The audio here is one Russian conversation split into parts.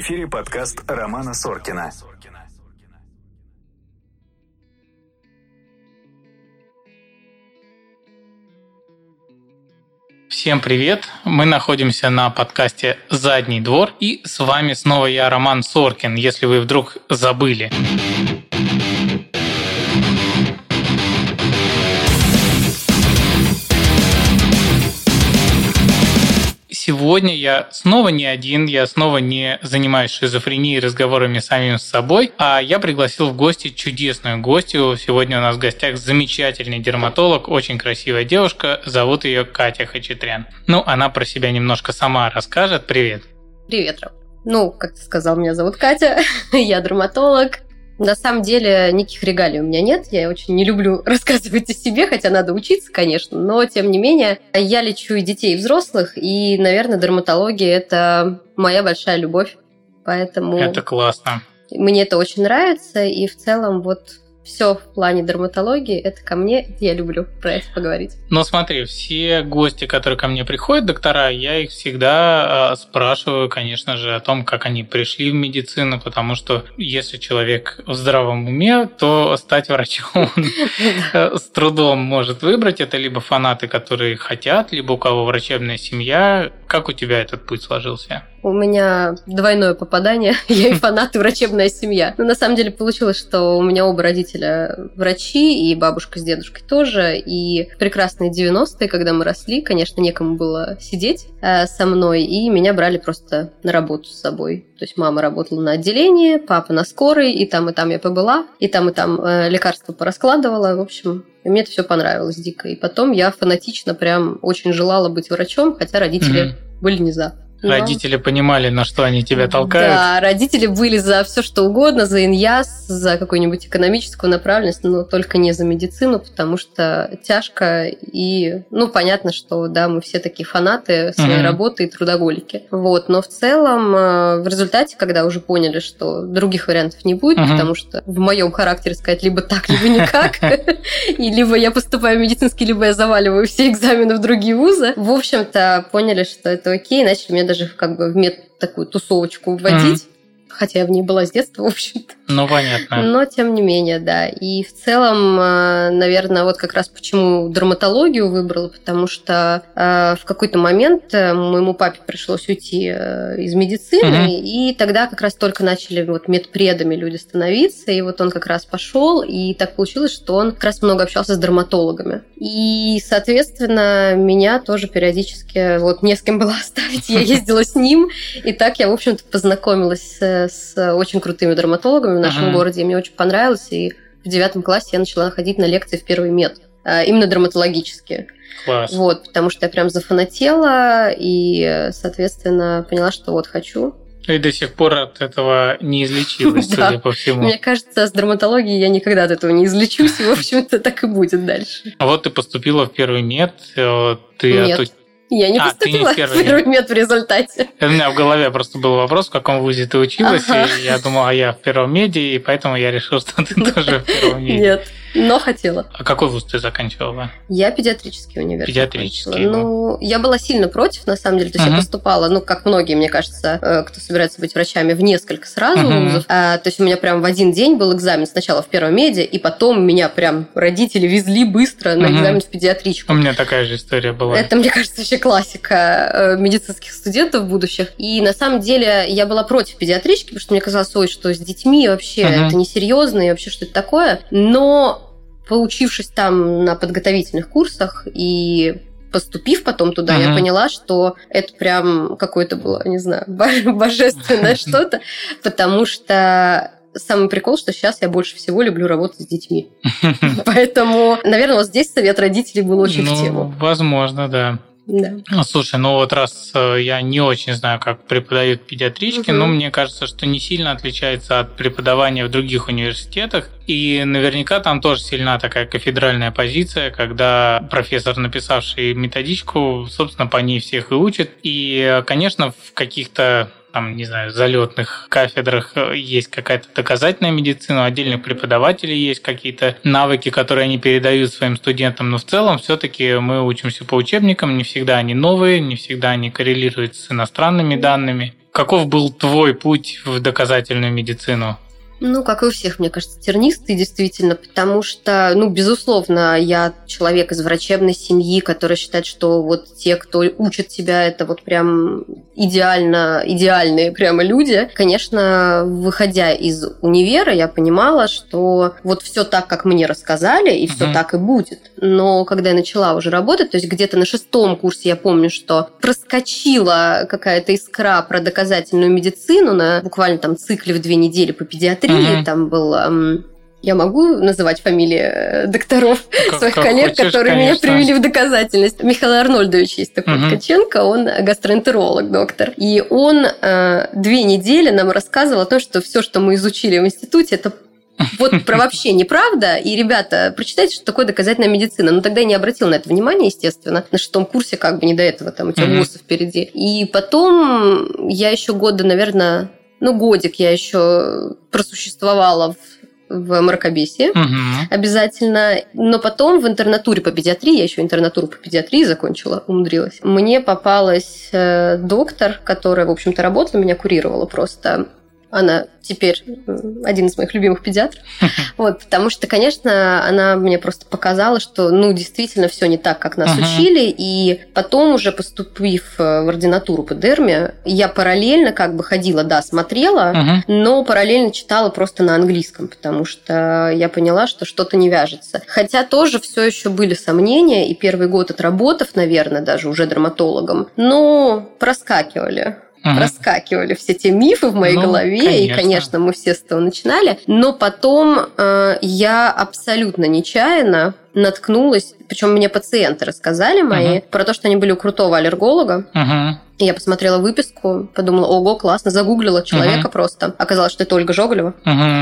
эфире подкаст Романа Соркина. Всем привет! Мы находимся на подкасте «Задний двор», и с вами снова я, Роман Соркин, если вы вдруг забыли. Сегодня я снова не один, я снова не занимаюсь шизофренией и разговорами с самим собой, а я пригласил в гости чудесную гостью. Сегодня у нас в гостях замечательный дерматолог, очень красивая девушка, зовут ее Катя Хачатрян. Она про себя немножко сама расскажет. Привет. Привет, Ром. Как ты сказал, меня зовут Катя, я дерматолог. На самом деле, никаких регалий у меня нет. Я очень не люблю рассказывать о себе, хотя надо учиться, конечно. Но, тем не менее, я лечу и детей, и взрослых. И, наверное, дерматология – это моя большая любовь. Поэтому это классно. Мне это очень нравится. И в целом все в плане дерматологии – это ко мне. Я люблю про это поговорить. Смотри, все гости, которые ко мне приходят, доктора, я их всегда спрашиваю, конечно же, о том, как они пришли в медицину, потому что если человек в здравом уме, то стать врачом с трудом может выбрать. Это либо фанаты, которые хотят, либо у кого врачебная семья. Как у тебя этот путь сложился? У меня двойное попадание. Я и фанат, и врачебная семья. Но на самом деле получилось, что у меня оба родителя врачи, и бабушка с дедушкой тоже. И в прекрасные 90-е, когда мы росли, конечно, некому было сидеть со мной, и меня брали просто на работу с собой. То есть мама работала на отделении, папа на скорой, и там я побыла, и там лекарства пораскладывала. В общем, мне это все понравилось дико. И потом я фанатично прям очень желала быть врачом, хотя родители были не за. Родители понимали, на что они тебя толкают? Да, родители были за все что угодно, за иньяс, за какую-нибудь экономическую направленность, но только не за медицину, потому что тяжко и, понятно, что, да, мы все такие фанаты своей работы и трудоголики. Но в целом, в результате, когда уже поняли, что других вариантов не будет, потому что в моем характере сказать либо так, либо никак, и либо я поступаю в медицинский, либо я заваливаю все экзамены в другие вузы, в общем-то, поняли, что это окей, начали меня даже в мед такую тусовочку вводить, хотя я в ней была с детства, в общем-то. Понятно. Но, тем не менее, да. И в целом, наверное, как раз почему дерматологию выбрала, потому что в какой-то момент моему папе пришлось уйти из медицины, и тогда как раз только начали медпредами люди становиться, и он как раз пошел, и так получилось, что он как раз много общался с дерматологами. И, соответственно, меня тоже периодически не с кем было оставить, я ездила с ним, и так я, в общем-то, познакомилась с очень крутыми дерматологами в нашем городе, и мне очень понравилось, и в 9 классе я начала ходить на лекции в первый мед, именно дерматологические. Класс. Потому что я прям зафанатела, и, соответственно, поняла, что хочу. И до сих пор от этого не излечилась, судя по всему. Мне кажется, с дерматологией я никогда от этого не излечусь, и, в общем-то, так и будет дальше. Ты поступила в первый мед, Нет. Я не поступила в первый мед в результате. У меня в голове просто был вопрос, в каком вузе ты училась, и я думала, я в первом меде, и поэтому я решил, что ты тоже в первом меде. Нет, но хотела. А какой вуз ты заканчивала? Я педиатрический университет. Педиатрический. Я была сильно против, на самом деле. То есть я поступала, как многие, мне кажется, кто собирается быть врачами, в несколько сразу вузов. То есть у меня прям в один день был экзамен сначала в первом меде, и потом меня прям родители везли быстро на экзамен в педиатричку. У меня такая же история была. Это, мне кажется, вообще классика медицинских студентов будущих. И на самом деле я была против педиатрички, потому что мне казалось, что с детьми вообще это несерьезно, и вообще что это такое. Но поучившись там на подготовительных курсах и поступив потом туда, я поняла, что это прям какое-то было, не знаю, божественное что-то, потому что самый прикол, что сейчас я больше всего люблю работать с детьми. Поэтому, наверное, здесь совет родителей был очень в тему. Возможно, да. Да. Слушай, раз я не очень знаю, как преподают педиатрички, но мне кажется, что не сильно отличается от преподавания в других университетах. И наверняка там тоже сильна такая кафедральная позиция, когда профессор, написавший методичку, собственно, по ней всех и учит. И, конечно, в каких-то залетных кафедрах есть какая-то доказательная медицина, у отдельных преподавателей есть какие-то навыки, которые они передают своим студентам, но в целом все-таки мы учимся по учебникам, не всегда они новые, не всегда они коррелируют с иностранными данными. каков был твой путь в доказательную медицину? Ну, как и у всех, мне кажется, тернистый, действительно, потому что, безусловно, я человек из врачебной семьи, который считает, что вот те, кто учат тебя, это вот прям идеальные прямо люди. Конечно, выходя из универа, я понимала, что вот все так, как мне рассказали, и все так и будет. Но когда я начала уже работать, то есть где-то на 6-м курсе я помню, что проскочила какая-то искра про доказательную медицину на буквально там цикле в 2 недели по педиатрии. Там был... Я могу называть фамилии докторов своих коллег, хочешь, которые конечно. меня привели в доказательность. Михаил Арнольдович есть такой Ткаченко, он гастроэнтеролог, доктор. И он 2 недели нам рассказывал о том, что все, что мы изучили в институте, это вот про вообще неправда. И, ребята, прочитайте, что такое доказательная медицина. Но тогда я не обратила на это внимания, естественно. На 6-м курсе как бы не до этого, там у тебя ВУЗы впереди. И потом я еще года, наверное... годик я еще просуществовала в мракобесии обязательно. Но потом в интернатуре по педиатрии, я еще интернатуру по педиатрии закончила, умудрилась. Мне попалась доктор, которая, в общем-то, работала, меня курировала просто. Она теперь один из моих любимых педиатров. Потому что, конечно, она мне просто показала, что, действительно, все не так, как нас учили. И потом, уже поступив в ординатуру по дерме, я параллельно как бы ходила, смотрела, но параллельно читала просто на английском, потому что я поняла, что что-то не вяжется. Хотя тоже все еще были сомнения, и первый год отработав, наверное, даже уже дерматологом, но проскакивали все те мифы в моей голове, конечно. И, конечно, мы все с этого начинали. Но потом я абсолютно нечаянно наткнулась, причем мне пациенты рассказали мои, про то, что они были у крутого аллерголога. И я посмотрела выписку, подумала, ого, классно, загуглила человека просто. Оказалось, что это Ольга Жоголева.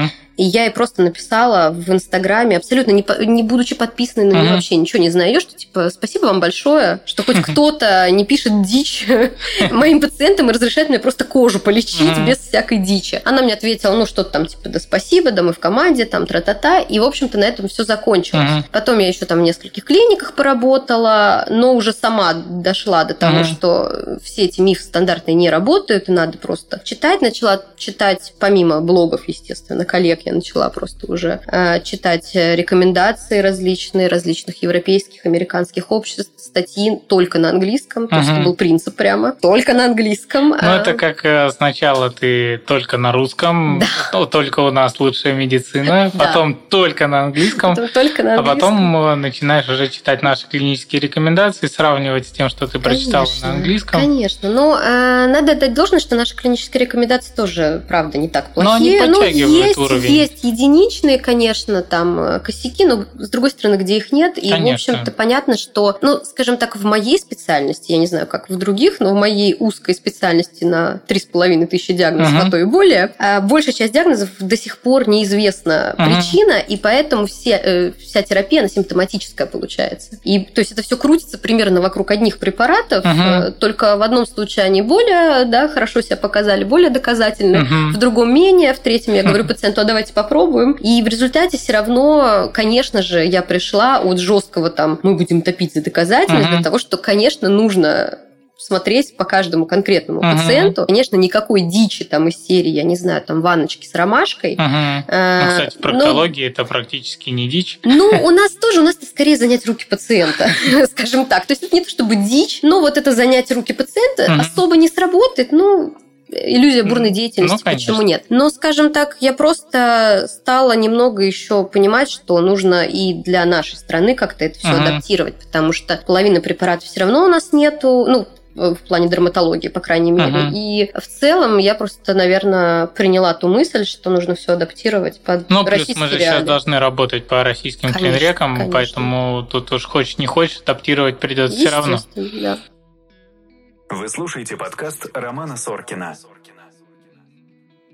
И я ей просто написала в Инстаграме, абсолютно не будучи подписанной на нее, вообще ничего не знаю, что типа спасибо вам большое, что хоть кто-то не пишет дичь моим пациентам и разрешает мне просто кожу полечить без всякой дичи. Она мне ответила, что-то там типа да спасибо, да мы в команде, там тра-та-та. И, в общем-то, на этом все закончилось. Потом я еще там в нескольких клиниках поработала, но уже сама дошла до того, что все эти мифы стандартные не работают, и надо просто читать. Начала читать, помимо блогов, естественно, коллег, я начала просто уже читать рекомендации различных европейских, американских обществ, статьи только на английском. То есть это был принцип прямо. Только на английском. Это как сначала ты только на русском, только у нас лучшая медицина, потом только на английском, а потом начинаешь уже читать наши клинические рекомендации, сравнивать с тем, что ты прочитала на английском. Конечно. Но надо отдать должное, что наши клинические рекомендации тоже, правда, не так плохие. Но они подтягивают уровень. Есть единичные, конечно, там косяки, но, с другой стороны, где их нет. И, в общем-то, понятно, что, скажем так, в моей специальности, я не знаю, как в других, но в моей узкой специальности на 3500 диагнозов, а то и более, большая часть диагнозов до сих пор неизвестна причина, и поэтому вся терапия, она симптоматическая получается. И, то есть, это все крутится примерно вокруг одних препаратов, только в одном случае они более, хорошо себя показали, более доказательны, в другом менее, в третьем я говорю пациенту, давайте попробуем. И в результате все равно, конечно же, я пришла от жесткого мы будем топить за доказательность, до того, что, конечно, нужно смотреть по каждому конкретному пациенту. Конечно, никакой дичи из серии, я не знаю, ванночки с ромашкой. Кстати, в проктологии это практически не дичь. У нас это скорее занять руки пациента, скажем так. То есть это не то чтобы дичь, но вот это занять руки пациента особо не сработает, иллюзия бурной деятельности, почему нет? Но, скажем так, я просто стала немного еще понимать, что нужно и для нашей страны как-то это все адаптировать, потому что половины препаратов все равно у нас нету, в плане дерматологии, по крайней мере. И в целом я просто, наверное, приняла ту мысль, что нужно все адаптировать под российские плюс мы же реалии. сейчас должны работать по российским клинрекам, поэтому тут уж хочешь не хочешь, адаптировать придется все равно. Да. Вы слушаете подкаст Романа Соркина.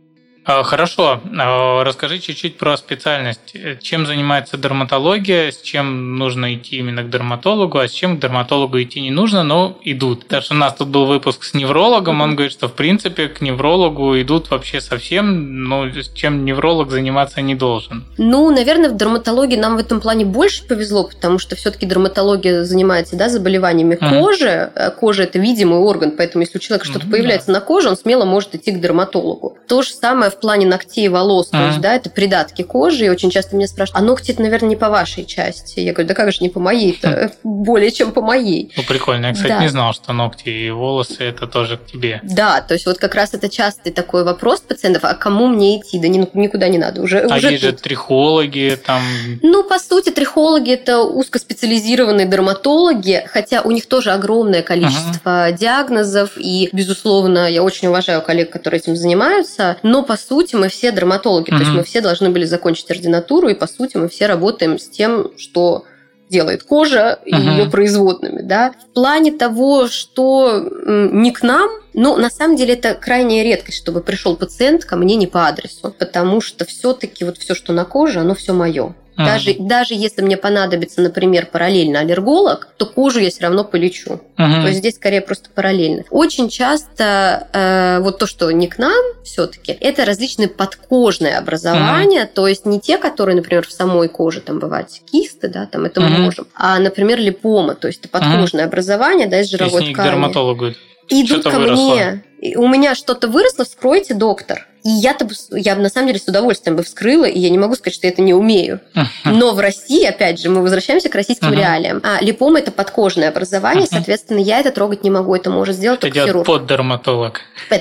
Хорошо. Расскажи чуть-чуть про специальность. Чем занимается дерматология, с чем нужно идти именно к дерматологу, а с чем к дерматологу идти не нужно, но идут. Потому что у нас тут был выпуск с неврологом, он говорит, что в принципе к неврологу идут вообще совсем, но чем невролог заниматься не должен. Наверное, в дерматологии нам в этом плане больше повезло, потому что все-таки дерматология занимается заболеваниями кожи. Кожа – это видимый орган, поэтому если у человека что-то появляется на коже, он смело может идти к дерматологу. То же самое в плане ногтей и волос, то есть, это придатки кожи, и очень часто меня спрашивают, а ногти это, наверное, не по вашей части. Я говорю, да как же не по моей-то? Более чем по моей. Прикольно. Я, кстати, не знал, что ногти и волосы это тоже к тебе. Да, то есть вот как раз это частый такой вопрос пациентов, а кому мне идти? Да никуда не надо. Уже есть же трихологи там. По сути, трихологи это узкоспециализированные дерматологи, хотя у них тоже огромное количество диагнозов, и, безусловно, я очень уважаю коллег, которые этим занимаются, но, по сути, мы все дерматологи, то есть мы все должны были закончить ординатуру, и, по сути, мы все работаем с тем, что делает кожа и ее производными. В плане того, что не к нам, на самом деле это крайняя редкость, чтобы пришел пациент ко мне не по адресу, потому что все-таки все, что на коже, оно все мое. Даже если мне понадобится, например, параллельно аллерголог, то кожу я все равно полечу. То есть здесь скорее просто параллельно. Очень часто то, что не к нам все-таки, это различные подкожные образования, то есть не те, которые, например, в самой коже, там бывают кисты, там это мы можем, а, например, липома, то есть это подкожное образование, из жировой ткани. К дерматологу идут ко мне, у меня что-то выросло, вскройте, доктор. И я на самом деле с удовольствием бы вскрыла, и я не могу сказать, что я это не умею. Но в России, опять же, мы возвращаемся к российским реалиям. Липома – это подкожное образование, соответственно, я это трогать не могу, это может сделать только хирург. Это делает поддерматолог.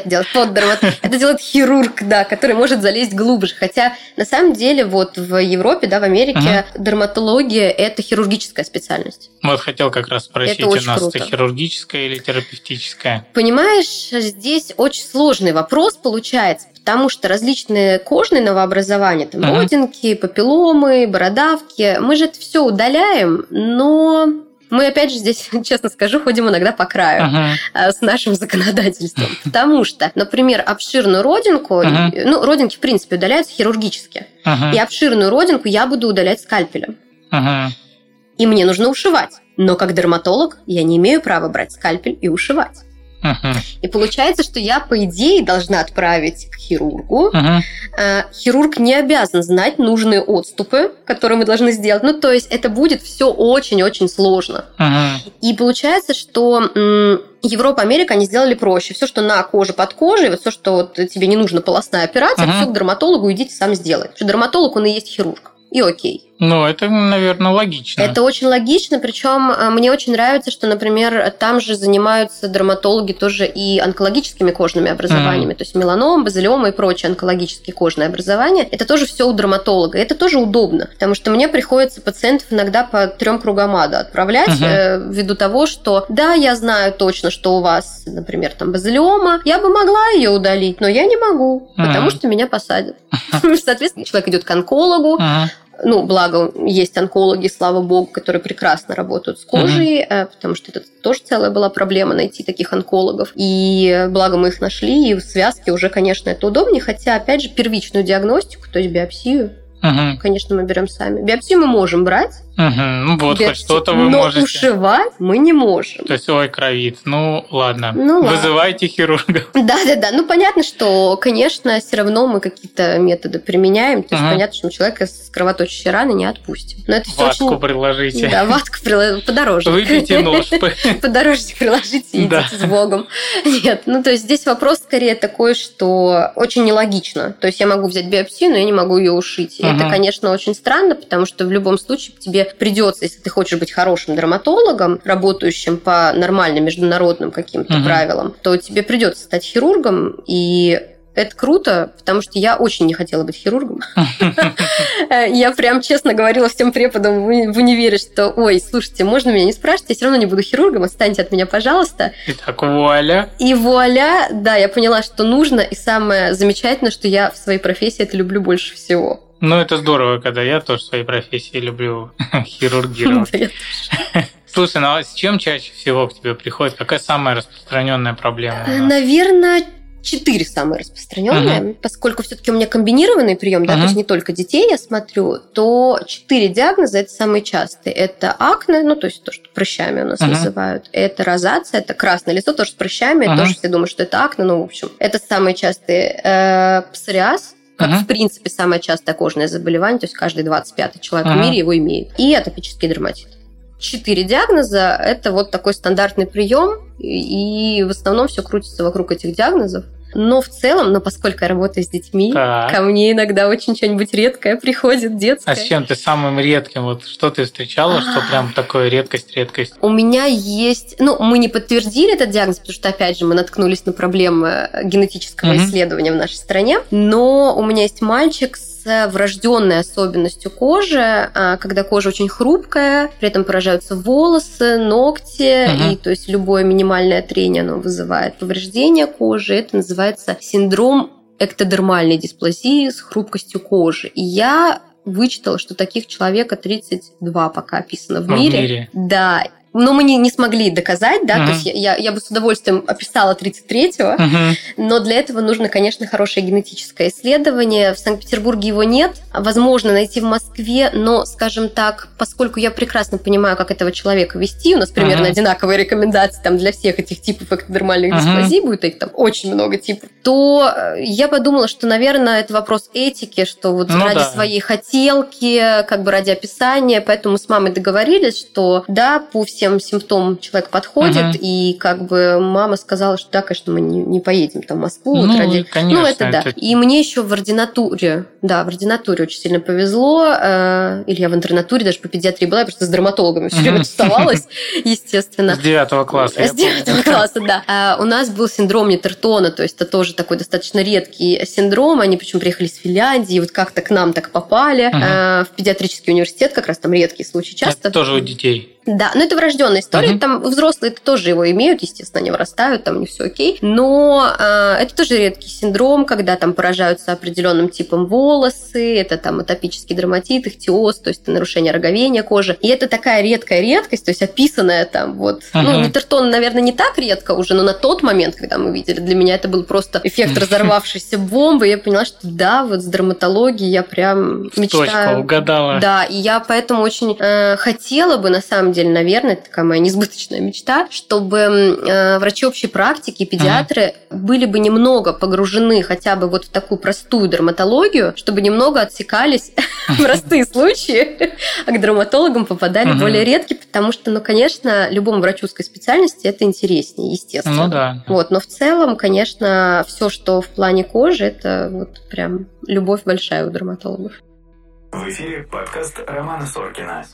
Это делает хирург, который может залезть глубже. Хотя, на самом деле, в Европе, в Америке дерматология – это хирургическая специальность. Хотел как раз спросить, у нас это хирургическая или терапевтическая? Понимаешь, здесь очень сложный вопрос получается, потому что различные кожные новообразования, родинки, папилломы, бородавки, мы же это все удаляем, но мы, опять же, здесь, честно скажу, ходим иногда по краю с нашим законодательством. Потому что, например, обширную родинку, родинки, в принципе, удаляются хирургически, и обширную родинку я буду удалять скальпелем. И мне нужно ушивать. Но как дерматолог я не имею права брать скальпель и ушивать. И получается, что я, по идее, должна отправить к хирургу. Хирург не обязан знать нужные отступы, которые мы должны сделать. То есть это будет все очень-очень сложно. И получается, что Европа, Америка, они сделали проще. Все, что на коже, под кожей, все, что тебе не нужно полостная операция, все к дерматологу идите сам сделай. Потому что дерматолог, он и есть хирург. И окей. Это, наверное, логично. Это очень логично, причем мне очень нравится, что, например, там же занимаются дерматологи тоже и онкологическими кожными образованиями, то есть меланома, базилиома и прочие онкологические кожные образования. Это тоже все у дерматолога. Это тоже удобно, потому что мне приходится пациентов иногда по 3 кругам ада отправлять, ввиду того, что да, я знаю точно, что у вас, например, там базилиома, я бы могла ее удалить, но я не могу, потому что меня посадят. Соответственно, человек идет к онкологу. Благо, есть онкологи, слава богу, которые прекрасно работают с кожей, потому что это тоже целая была проблема найти таких онкологов. И благо мы их нашли, и в связке уже, конечно, это удобнее. Хотя, опять же, первичную диагностику, то есть биопсию, конечно, мы берем сами. Биопсию мы можем брать. Хоть что-то вы можете. Но ушивать мы не можем. То есть, кровит. Ладно. Вызывайте хирурга. Да. Понятно, что, конечно, все равно мы какие-то методы применяем. То есть, понятно, что мы человека с кровоточащей раны не отпустим. Но это ватку приложите. Да, ватку подорожник. Выпейте нож. Подорожник приложите и идите с Богом. Нет, то есть, здесь вопрос скорее такой, что очень нелогично. То есть, я могу взять биопсию, но я не могу ее ушить. И это, конечно, очень странно, потому что в любом случае тебе придется, если ты хочешь быть хорошим дерматологом, работающим по нормальным международным каким-то правилам, то тебе придется стать хирургом, и это круто, потому что я очень не хотела быть хирургом. Я прям честно говорила всем преподам в универе, что, ой, слушайте, можно меня не спрашивать, я все равно не буду хирургом, отстаньте от меня, пожалуйста. Итак, вуаля. И вуаля, да, я поняла, что нужно, и самое замечательное, что я в своей профессии это люблю больше всего. Это здорово, когда я тоже в своей профессии люблю хирургировать. Слушай, а с чем чаще всего к тебе приходит? Какая самая распространенная проблема? Наверное, 4 самые распространенные, поскольку все-таки у меня комбинированный прием, да, то есть не только детей я смотрю, то 4 диагноза это самые частые. Это акне, ну то есть то, что прыщами у нас называют, это розация, это красное лицо, тоже с прыщами, тоже все думают, что это акне, ну в общем, это самые частые. Псориаз, как в принципе самое частое кожное заболевание, то есть каждый 25-й человек в мире его имеет, и атопический дерматит. 4 диагноза – это вот такой стандартный прием, и в основном все крутится вокруг этих диагнозов. Но в целом, поскольку я работаю с детьми, ко мне иногда очень что-нибудь редкое приходит, детское. А с чем ты самым редким? Вот что ты встречала, что прям такое редкость? У меня есть... мы не подтвердили этот диагноз, потому что, опять же, мы наткнулись на проблемы генетического исследования в нашей стране, но у меня есть мальчик с врожденной особенностью кожи, когда кожа очень хрупкая, при этом поражаются волосы, ногти, и то есть любое минимальное трение оно вызывает повреждение кожи. Это называется синдром эктодермальной дисплазии с хрупкостью кожи. И я вычитала, что таких человека 32 пока описано в мире. Да. Но мы не смогли доказать, да, то есть я бы с удовольствием описала 33-го, но для этого нужно, конечно, хорошее генетическое исследование. В Санкт-Петербурге его нет, возможно найти в Москве, но, скажем так, поскольку я прекрасно понимаю, как этого человека вести, у нас примерно одинаковые рекомендации там, для всех этих типов эктодермальных дисплазий, будет их там очень много типов, то я подумала, что, наверное, это вопрос этики, что вот ради своей хотелки, как бы ради описания, поэтому мы с мамой договорились, что да, по всем симптомам человек подходит, и как бы мама сказала, что да, конечно, мы не поедем там в Москву. Конечно, это да. И мне еще в ординатуре очень сильно повезло, или я в интернатуре даже по педиатрии была, я просто с дерматологами все время тусовалась, естественно. С 9 класса. С 9 класса, да. У нас был синдром Нетертона, то есть это тоже такой достаточно редкий синдром, они причем приехали с Финляндии, вот как-то к нам так попали в педиатрический университет, как раз там редкие случаи часто. Это тоже у детей. Да, но это врожденная история, там взрослые тоже его имеют, естественно, они вырастают, там не все окей, но это тоже редкий синдром, когда там поражаются определенным типом волосы, это там атопический дерматит, ихтиоз, то есть нарушение роговения кожи, и это такая редкая редкость, то есть описанная там вот, Нетертон, наверное, не так редко уже, но на тот момент, когда мы видели, для меня это был просто эффект разорвавшейся бомбы, и я поняла, что да, вот с дерматологией я прям мечтаю. Точка, угадала. Да, и я поэтому очень хотела бы, на самом деле, наверное, это такая моя несбыточная мечта, чтобы врачи общей практики, педиатры были бы немного погружены хотя бы вот в такую простую дерматологию, чтобы немного отсекались простые случаи, а к дерматологам попадали более редкие, потому что, конечно, любому врачу узкой специальности это интереснее, естественно. Ну да. Вот, но в целом, конечно, все, что в плане кожи, это вот прям любовь большая у дерматологов. В эфире подкаст Романа Соркина.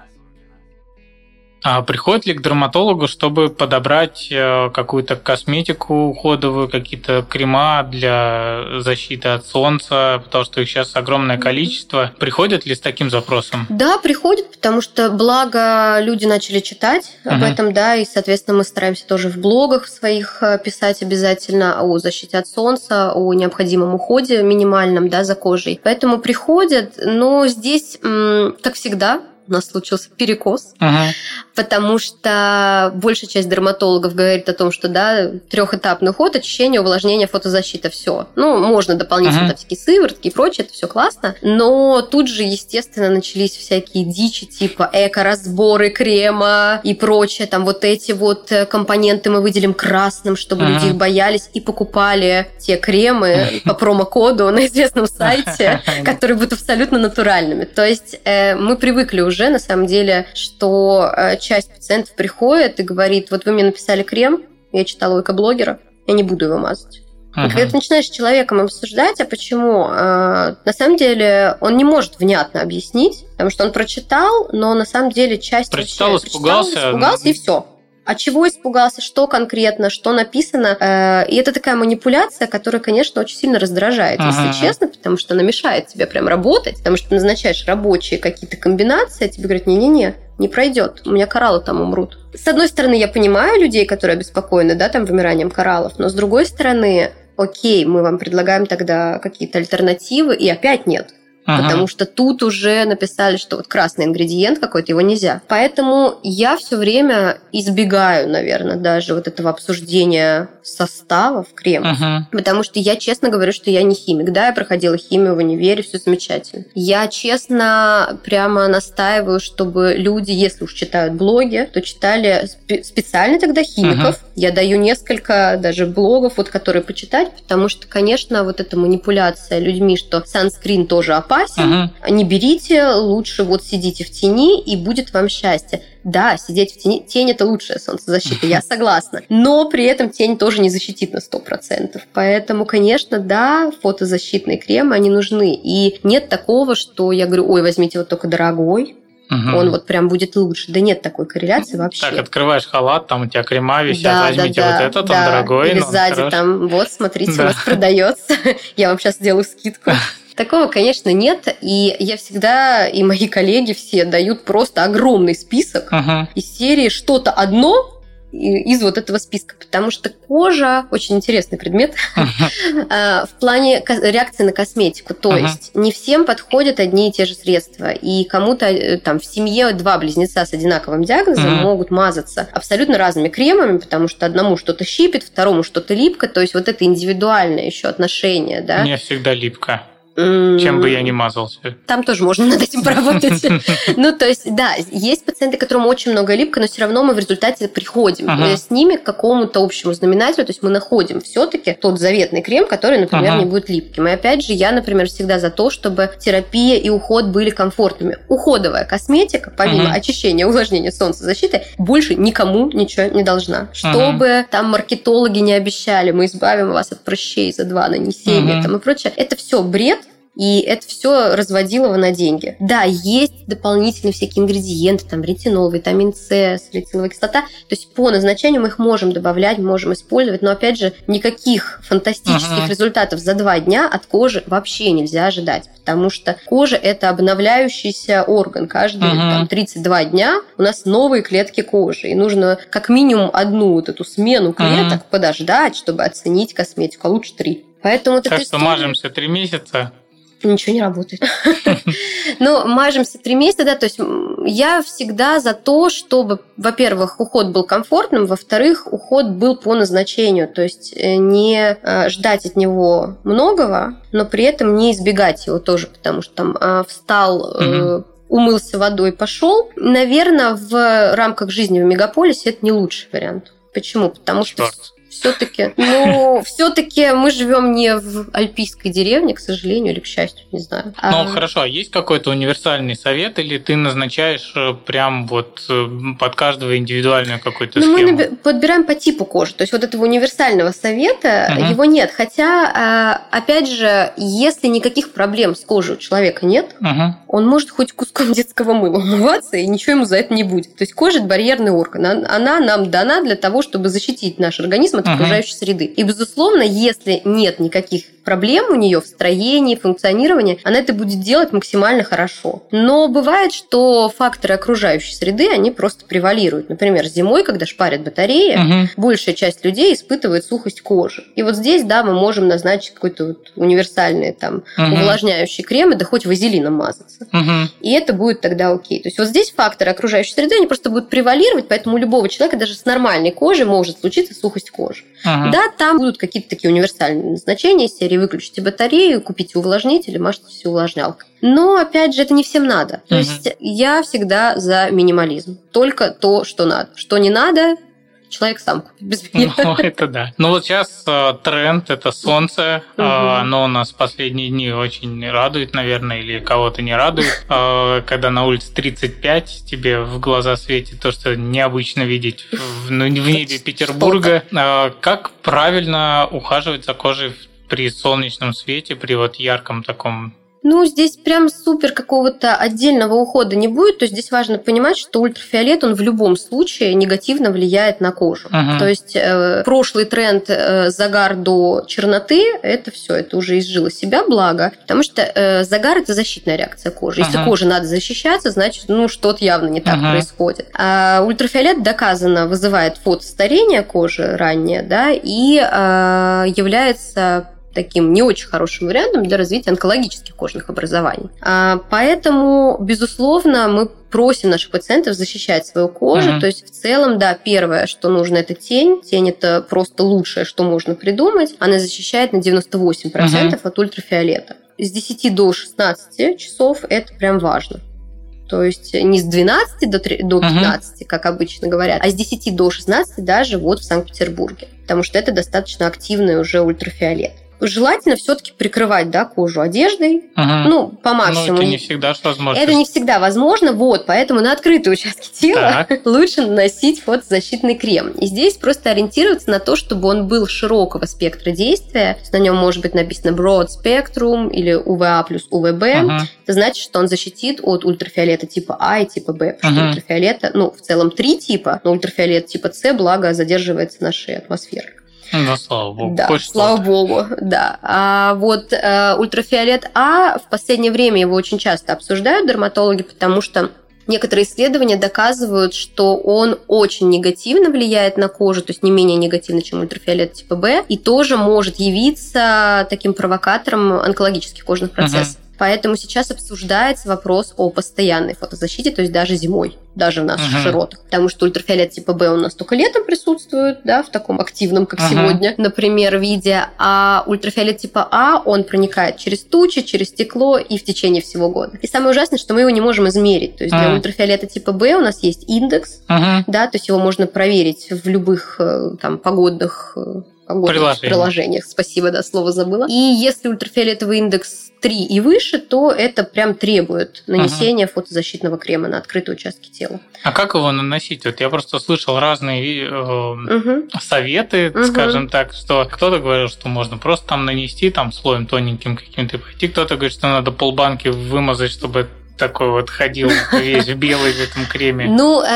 А приходит ли к дерматологу, чтобы подобрать какую-то косметику уходовую, какие-то крема для защиты от солнца, потому что их сейчас огромное количество. Приходят ли с таким запросом? Да, приходят, потому что, благо, люди начали читать об этом, да, и, соответственно, мы стараемся тоже в блогах своих писать обязательно о защите от солнца, о необходимом уходе минимальном, да, за кожей. Поэтому приходят, но здесь, как всегда, у нас случился перекос, потому что большая часть дерматологов говорит о том, что да, 3-этапный уход, очищение, увлажнение, фотозащита, все. Можно дополнительно всякие сыворотки и прочее, это все классно, но тут же, естественно, начались всякие дичи типа эко-разборы крема и прочее, там вот эти вот компоненты мы выделим красным, чтобы люди их боялись и покупали те кремы по промокоду на известном сайте, которые будут абсолютно натуральными. То есть мы привыкли уже, на самом деле, что часть пациентов приходит и говорит, вот вы мне написали крем, я читала у эко-блогера, я не буду его мазать. И когда ты начинаешь с человеком обсуждать, а почему, на самом деле он не может внятно объяснить, потому что он прочитал, но на самом деле часть... Прочитал, испугался и все. А чего испугался, что конкретно, что написано. И это такая манипуляция, которая, конечно, очень сильно раздражает, если честно, потому что она мешает тебе прям работать, потому что ты назначаешь рабочие какие-то комбинации, а тебе говорят, не-не-не, не пройдет, у меня кораллы там умрут. С одной стороны, я понимаю людей, которые обеспокоены, да, там, вымиранием кораллов, но с другой стороны, окей, мы вам предлагаем тогда какие-то альтернативы, и опять нет. потому что тут уже написали, что вот красный ингредиент какой-то, его нельзя. Поэтому я все время избегаю, наверное, даже вот этого обсуждения составов кремов, потому что я честно говорю, что я не химик. Да, я проходила химию в универе, все замечательно. Я честно прямо настаиваю, чтобы люди, если уж читают блоги, то читали специально тогда химиков. Я даю несколько даже блогов, вот, которые почитать, потому что, конечно, вот эта манипуляция людьми, что санскрин тоже опасен, не берите, лучше вот сидите в тени, и будет вам счастье. Да, сидеть в тени, тень – это лучшая солнцезащита, я согласна. Но при этом тень тоже не защитит на 100%. Поэтому, конечно, да, фотозащитные кремы, они нужны. И нет такого, что я говорю, ой, возьмите вот только дорогой, он вот прям будет лучше. Да нет такой корреляции вообще. Так, открываешь халат, там у тебя крема висят, возьмите вот этот, он дорогой. Или сзади хороший. Там, вот, смотрите, у нас продается. Я вам сейчас сделаю скидку. Такого, конечно, нет. И я всегда, и мои коллеги все дают просто огромный список из серии что-то одно из вот этого списка, потому что кожа очень интересный предмет в плане реакции на косметику. То есть не всем подходят одни и те же средства. И кому-то там в семье два близнеца с одинаковым диагнозом могут мазаться абсолютно разными кремами, потому что одному что-то щипит, второму что-то липко. То есть вот это индивидуальное еще отношение. Да? У меня всегда липко. Чем бы я ни мазался. Там тоже можно над этим поработать. Ну, то есть, да, есть пациенты, которым очень много липко, но все равно мы в результате приходим с ними к какому-то общему знаменателю, то есть мы находим все-таки тот заветный крем, который, например, не будет липким. И опять же, я, например, всегда за то, чтобы терапия и уход были комфортными. Уходовая косметика, помимо очищения, увлажнения, солнцезащиты, больше никому ничего не должна. Чтобы там маркетологи не обещали, мы избавим вас от прыщей за 2 нанесения там и прочее. Это все бред. И это все разводилово на деньги. Да, есть дополнительные всякие ингредиенты, там ретинол, витамин С, салициловая кислота. То есть по назначению мы их можем добавлять, можем использовать, но опять же никаких фантастических результатов за 2 дня от кожи вообще нельзя ожидать, потому что кожа – это обновляющийся орган. Каждые там, 32 дня у нас новые клетки кожи, и нужно как минимум одну вот эту смену клеток подождать, чтобы оценить косметику, а лучше 3. Поэтому так что мажемся 3 месяца. Ничего не работает. Но мажемся 3 месяца, да, то есть я всегда за то, чтобы, во-первых, уход был комфортным, во-вторых, уход был по назначению, то есть не ждать от него многого, но при этом не избегать его тоже, потому что там встал, умылся водой, пошел. Наверное, в рамках жизни в мегаполисе это не лучший вариант. Почему? Потому что все-таки мы живем не в альпийской деревне, к сожалению, или к счастью, не знаю. Ну, хорошо, а есть какой-то универсальный совет, или ты назначаешь прям вот под каждого индивидуальную какую-то схему? Мы подбираем по типу кожи. То есть вот этого универсального совета, его нет. Хотя, опять же, если никаких проблем с кожей у человека нет, он может хоть куском детского мыла умываться, и ничего ему за это не будет. То есть кожа – это барьерный орган. Она нам дана для того, чтобы защитить наш организм от окружающей среды. И, безусловно, если нет никаких проблем у нее в строении, функционировании, она это будет делать максимально хорошо. Но бывает, что факторы окружающей среды, они просто превалируют. Например, зимой, когда шпарят батареи, большая часть людей испытывает сухость кожи. И вот здесь, да, мы можем назначить какой-то вот универсальный там увлажняющий крем, да хоть вазелином мазаться. И это будет тогда окей. То есть вот здесь факторы окружающей среды, они просто будут превалировать, поэтому у любого человека даже с нормальной кожей может случиться сухость кожи. Да, там будут какие-то такие универсальные назначения из серии: выключите батарею, купите увлажнитель, мажьтесь увлажнялкой. Но, опять же, это не всем надо. То есть я всегда за минимализм. Только то, что надо. Что не надо, человек сам купит без меня. Ну, это да. Ну, вот сейчас тренд – это солнце. Оно у нас последние дни очень радует, наверное, или кого-то не радует. Когда на улице 35, тебе в глаза светит то, что необычно видеть в небе Петербурга. Как правильно ухаживать за кожей при солнечном свете, при вот ярком таком? Ну, здесь прям супер какого-то отдельного ухода не будет. То есть здесь важно понимать, что ультрафиолет, он в любом случае негативно влияет на кожу. То есть прошлый тренд загар до черноты, это все, это уже изжило себя, благо. Потому что загар – это защитная реакция кожи. Если коже надо защищаться, значит, что-то явно не так происходит. А ультрафиолет, доказано, вызывает фотостарение кожи раннее, да, и является таким не очень хорошим вариантом для развития онкологических кожных образований. Поэтому, безусловно, мы просим наших пациентов защищать свою кожу. То есть, в целом, да, первое, что нужно, это тень. Тень – это просто лучшее, что можно придумать. Она защищает на 98% от ультрафиолета. С 10 до 16 часов это прям важно. То есть не с 12 до 15, как обычно говорят, а с 10 до 16 даже вот в Санкт-Петербурге. Потому что это достаточно активный уже ультрафиолет. Желательно все-таки прикрывать, да, кожу одеждой, по максимуму. Но это не всегда возможно. Это не всегда возможно, поэтому на открытые участки тела лучше наносить фотозащитный крем. И здесь просто ориентироваться на то, чтобы он был широкого спектра действия. То есть на нем может быть написано Broad Spectrum или UVA плюс UVB. Это значит, что он защитит от ультрафиолета типа А и типа Б. Потому что ультрафиолета, в целом 3 типа, но ультрафиолет типа С, благо, задерживается в нашей атмосфере. Слава богу. Да, слава богу, да. А вот ультрафиолет А, в последнее время его очень часто обсуждают дерматологи, потому что некоторые исследования доказывают, что он очень негативно влияет на кожу, то есть не менее негативно, чем ультрафиолет типа Б, и тоже может явиться таким провокатором онкологических кожных процессов. Поэтому сейчас обсуждается вопрос о постоянной фотозащите, то есть даже зимой, даже в наших широтах. Потому что ультрафиолет типа Б у нас только летом присутствует, да, в таком активном, как сегодня, например, виде. А ультрафиолет типа А, он проникает через тучи, через стекло и в течение всего года. И самое ужасное, что мы его не можем измерить. То есть для ультрафиолета типа Б у нас есть индекс, да, то есть его можно проверить в любых погодных приложениях. Спасибо, да, слово забыла. И если ультрафиолетовый индекс 3 и выше, то это прям требует нанесения фотозащитного крема на открытые участки тела. А как его наносить? Вот я просто слышал разные советы, скажем так, что кто-то говорил, что можно просто там нанести слоем тоненьким каким-то пойти, кто-то говорит, что надо полбанки вымазать, чтобы такой вот ходил весь в белый в этом креме.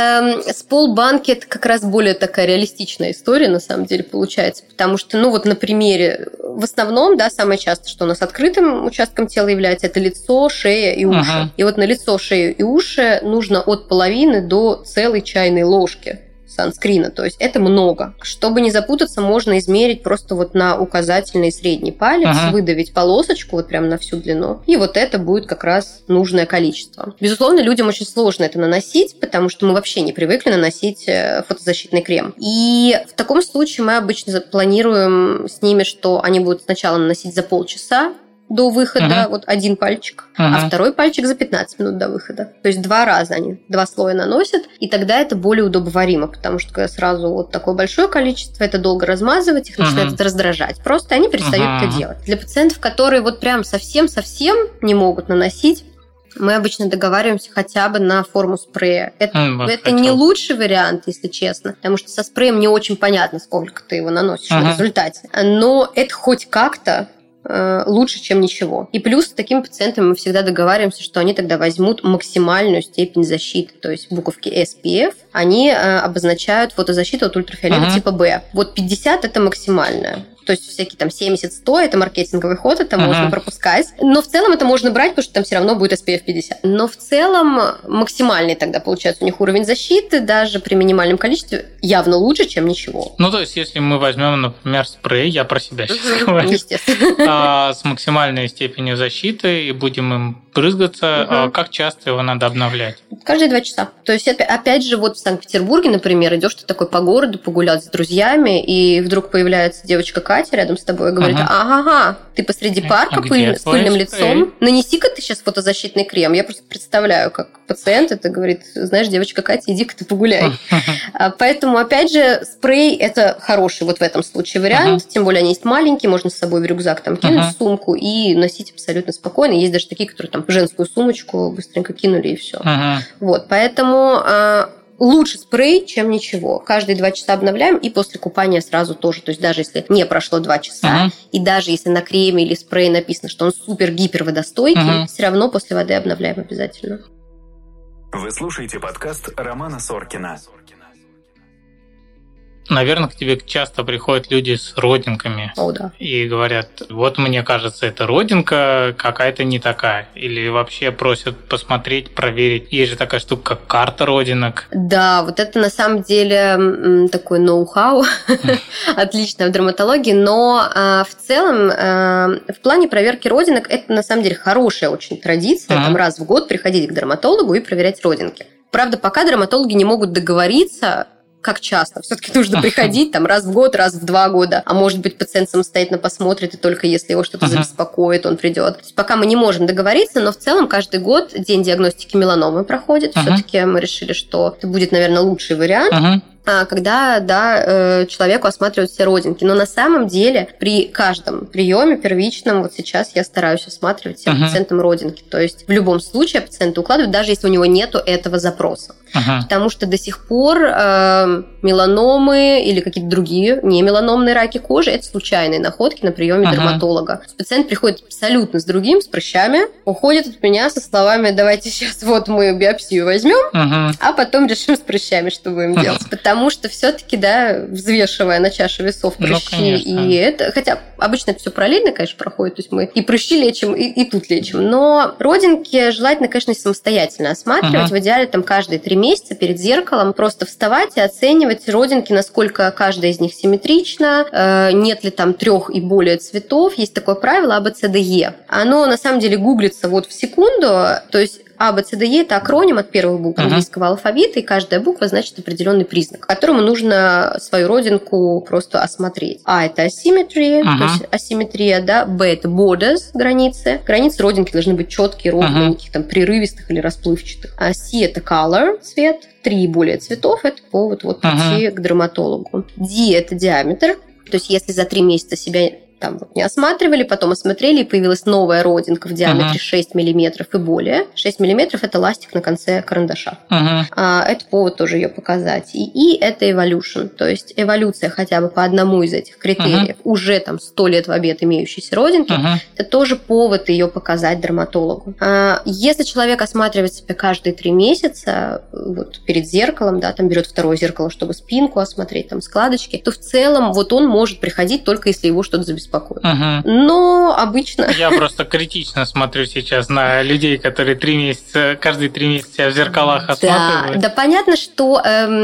С полбанки это как раз более такая реалистичная история, на самом деле, получается. Потому что, на примере, в основном, да, самое часто, что у нас открытым участком тела является, это лицо, шея и уши. И вот на лицо, шею и уши нужно от половины до целой чайной ложки санскрина, то есть это много. Чтобы не запутаться, можно измерить просто вот на указательный и средний палец, выдавить полосочку вот прям на всю длину, и вот это будет как раз нужное количество. Безусловно, людям очень сложно это наносить, потому что мы вообще не привыкли наносить фотозащитный крем. И в таком случае мы обычно планируем с ними, что они будут сначала наносить за полчаса до выхода, вот один пальчик, а второй пальчик за 15 минут до выхода. То есть 2 раза они 2 слоя наносят, и тогда это более удобоваримо, потому что когда сразу вот такое большое количество, это долго размазывать, их начинает это раздражать. Просто они перестают это делать. Для пациентов, которые вот прям совсем-совсем не могут наносить, мы обычно договариваемся хотя бы на форму спрея. Это не лучший вариант, если честно, потому что со спреем не очень понятно, сколько ты его наносишь в результате. Но это хоть как-то лучше, чем ничего. И плюс с такими пациентами мы всегда договариваемся, что они тогда возьмут максимальную степень защиты. То есть буковки SPF, они обозначают фотозащиту от ультрафиолета типа B. Вот 50 – это максимальная. То есть всякие там 70-100 – это маркетинговый ход, это можно пропускать. Но в целом это можно брать, потому что там все равно будет SPF 50. Но в целом максимальный тогда получается у них уровень защиты, даже при минимальном количестве, явно лучше, чем ничего. То есть если мы возьмем, например, спрей, я про себя сейчас говорю, с максимальной степенью защиты и будем им брызгаться, как часто его надо обновлять? Каждые 2 часа. То есть, опять же, вот в Санкт-Петербурге, например, идешь ты такой по городу погулять с друзьями, и вдруг появляется девочка Катя рядом с тобой и говорит: ага, ты посреди парка с пыльным лицом, нанеси-ка ты сейчас фотозащитный крем. Я просто представляю, как пациент это говорит: знаешь, девочка Катя, иди-ка ты погуляй. Поэтому, опять же, спрей – это хороший вот в этом случае вариант, тем более они есть маленькие, можно с собой в рюкзак там кинуть в сумку и носить абсолютно спокойно. Есть даже такие, которые там женскую сумочку быстренько кинули и все. Вот, поэтому лучше спрей, чем ничего. Каждые 2 часа обновляем, и после купания сразу тоже. То есть даже если не прошло 2 часа, и даже если на креме или спрее написано, что он супер-гипер водостойкий, все равно после воды обновляем обязательно. Вы слушаете подкаст Романа Соркина. Наверное, к тебе часто приходят люди с родинками. О, да. И говорят, вот мне кажется, эта родинка какая-то не такая. Или вообще просят посмотреть, проверить. Есть же такая штука, как карта родинок. Да, вот это на самом деле такой ноу-хау, отлично в дерматологии, но в целом в плане проверки родинок это на самом деле хорошая очень традиция, там раз в год приходить к дерматологу и проверять родинки. Правда, пока дерматологи не могут договориться, как часто. Все-таки нужно приходить там раз в год, раз в 2 года. А может быть, пациент самостоятельно посмотрит, и только если его что-то забеспокоит, он придет. То есть пока мы не можем договориться, но в целом каждый год день диагностики меланомы проходит. Все-таки мы решили, что это будет, наверное, лучший вариант. Когда, человеку осматривают все родинки. Но на самом деле при каждом приеме первичном, вот сейчас я стараюсь осматривать всем пациентам родинки. То есть в любом случае пациента укладывают, даже если у него нету этого запроса. Потому что до сих пор меланомы или какие-то другие немеланомные раки кожи – это случайные находки на приеме дерматолога. Пациент приходит абсолютно с другим, с прыщами, уходит от меня со словами: давайте сейчас вот мы биопсию возьмем, а потом решим с прыщами, что будем делать. Потому что все-таки, взвешивая на чаше весов прыщи и это, хотя обычно это все параллельно, конечно, проходит, то есть мы и прыщи лечим, и тут лечим, но родинки желательно, конечно, самостоятельно осматривать, в идеале там каждые 3 месяца перед зеркалом просто вставать и оценивать родинки, насколько каждая из них симметрична, нет ли там 3 и более цветов. Есть такое правило ABCDE. Оно на самом деле гуглится вот в секунду, то есть ABCDE – это акроним от первых букв английского алфавита, и каждая буква значит определенный признак, к которому нужно свою родинку просто осмотреть. А – это asymmetry, то есть асимметрия, Б – это borders, границы. Границы родинки должны быть четкие, ровные, никаких там прерывистых или расплывчатых. А C – это color, цвет. 3 и более цветов – это повод прийти к дерматологу. D – это диаметр, то есть если за 3 месяца себя там не осматривали, потом осмотрели, и появилась новая родинка в диаметре 6 мм и более. 6 мм – это ластик на конце карандаша. Это повод тоже ее показать. И это evolution, то есть эволюция хотя бы по одному из этих критериев, уже там 100 лет в обед имеющейся родинки, это тоже повод ее показать дерматологу. Если человек осматривает себя каждые 3 месяца, вот перед зеркалом, там берет второе зеркало, чтобы спинку осмотреть, там складочки, то в целом вот он может приходить только если его что-то забеспокоит. Но обычно... Я просто критично смотрю сейчас на людей, которые каждые 3 месяца в зеркалах осматривают. Да, понятно, что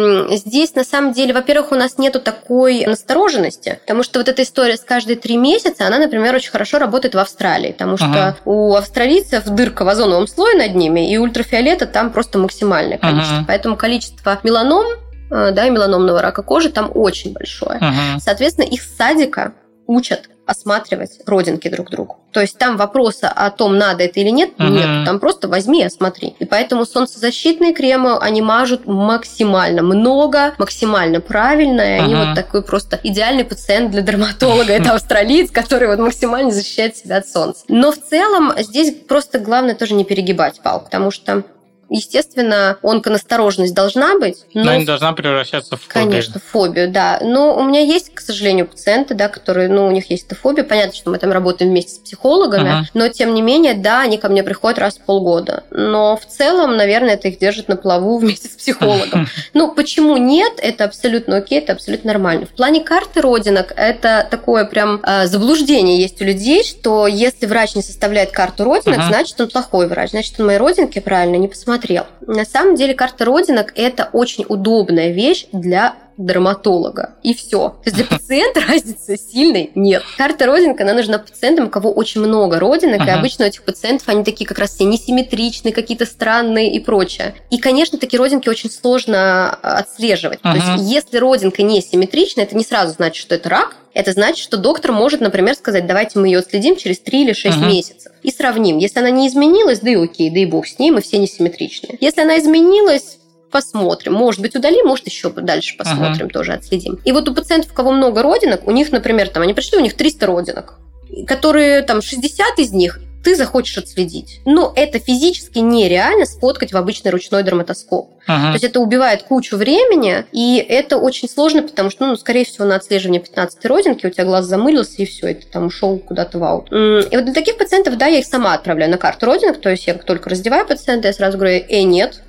здесь на самом деле, во-первых, у нас нету такой настороженности, потому что вот эта история с каждые 3 месяца, она, например, очень хорошо работает в Австралии, потому что у австралийцев дырка в озоновом слое над ними, и ультрафиолета там просто максимальное количество. Поэтому количество меланом, и меланомного рака кожи там очень большое. Соответственно, их с садика учат осматривать родинки друг другу. То есть там вопроса о том, надо это или нет, нет. Там просто возьми и осмотри. И поэтому солнцезащитные кремы, они мажут максимально много, максимально правильно. И они вот такой просто идеальный пациент для дерматолога. Это австралиец, который вот максимально защищает себя от солнца. Но в целом здесь просто главное тоже не перегибать палку, потому что естественно, онконастороженность должна быть. Но не должна превращаться в фобию. Конечно, в фобию, да. Но у меня есть, к сожалению, пациенты, которые, у них есть эта фобия. Понятно, что мы там работаем вместе с психологами, но, тем не менее, они ко мне приходят раз в полгода. Но в целом, наверное, это их держит на плаву вместе с психологом. Почему нет? Это абсолютно окей, это абсолютно нормально. В плане карты родинок это такое прям заблуждение есть у людей, что если врач не составляет карту родинок, значит, он плохой врач. Значит, он мои родинки правильно не посмотрел. На самом деле карта родинок – это очень удобная вещь для дерматолога. И все. То есть для пациента разницы сильной нет. Карта родинок, она нужна пациентам, у кого очень много родинок, и обычно у этих пациентов они такие как раз все несимметричные, какие-то странные и прочее. И, конечно, такие родинки очень сложно отслеживать. То есть если родинка несимметричная, это не сразу значит, что это рак. Это значит, что доктор может, например, сказать: давайте мы ее отследим через 3 или 6 месяцев и сравним. Если она не изменилась, да и окей, да и бог с ней, мы все несимметричные. Если она изменилась, посмотрим. Может быть, удалим, может, еще дальше посмотрим, тоже отследим. И вот у пациентов, у кого много родинок, у них, например, они пришли, у них 300 родинок, которые 60 из них ты захочешь отследить. Но это физически нереально сфоткать в обычный ручной дерматоскоп. То есть это убивает кучу времени, и это очень сложно, потому что, скорее всего, на отслеживание 15-й родинки у тебя глаз замылился, и все, и ты ушел куда-то в аут. И вот для таких пациентов, я их сама отправляю на карту родинок, то есть я как только раздеваю пациента, я сразу говорю: нет,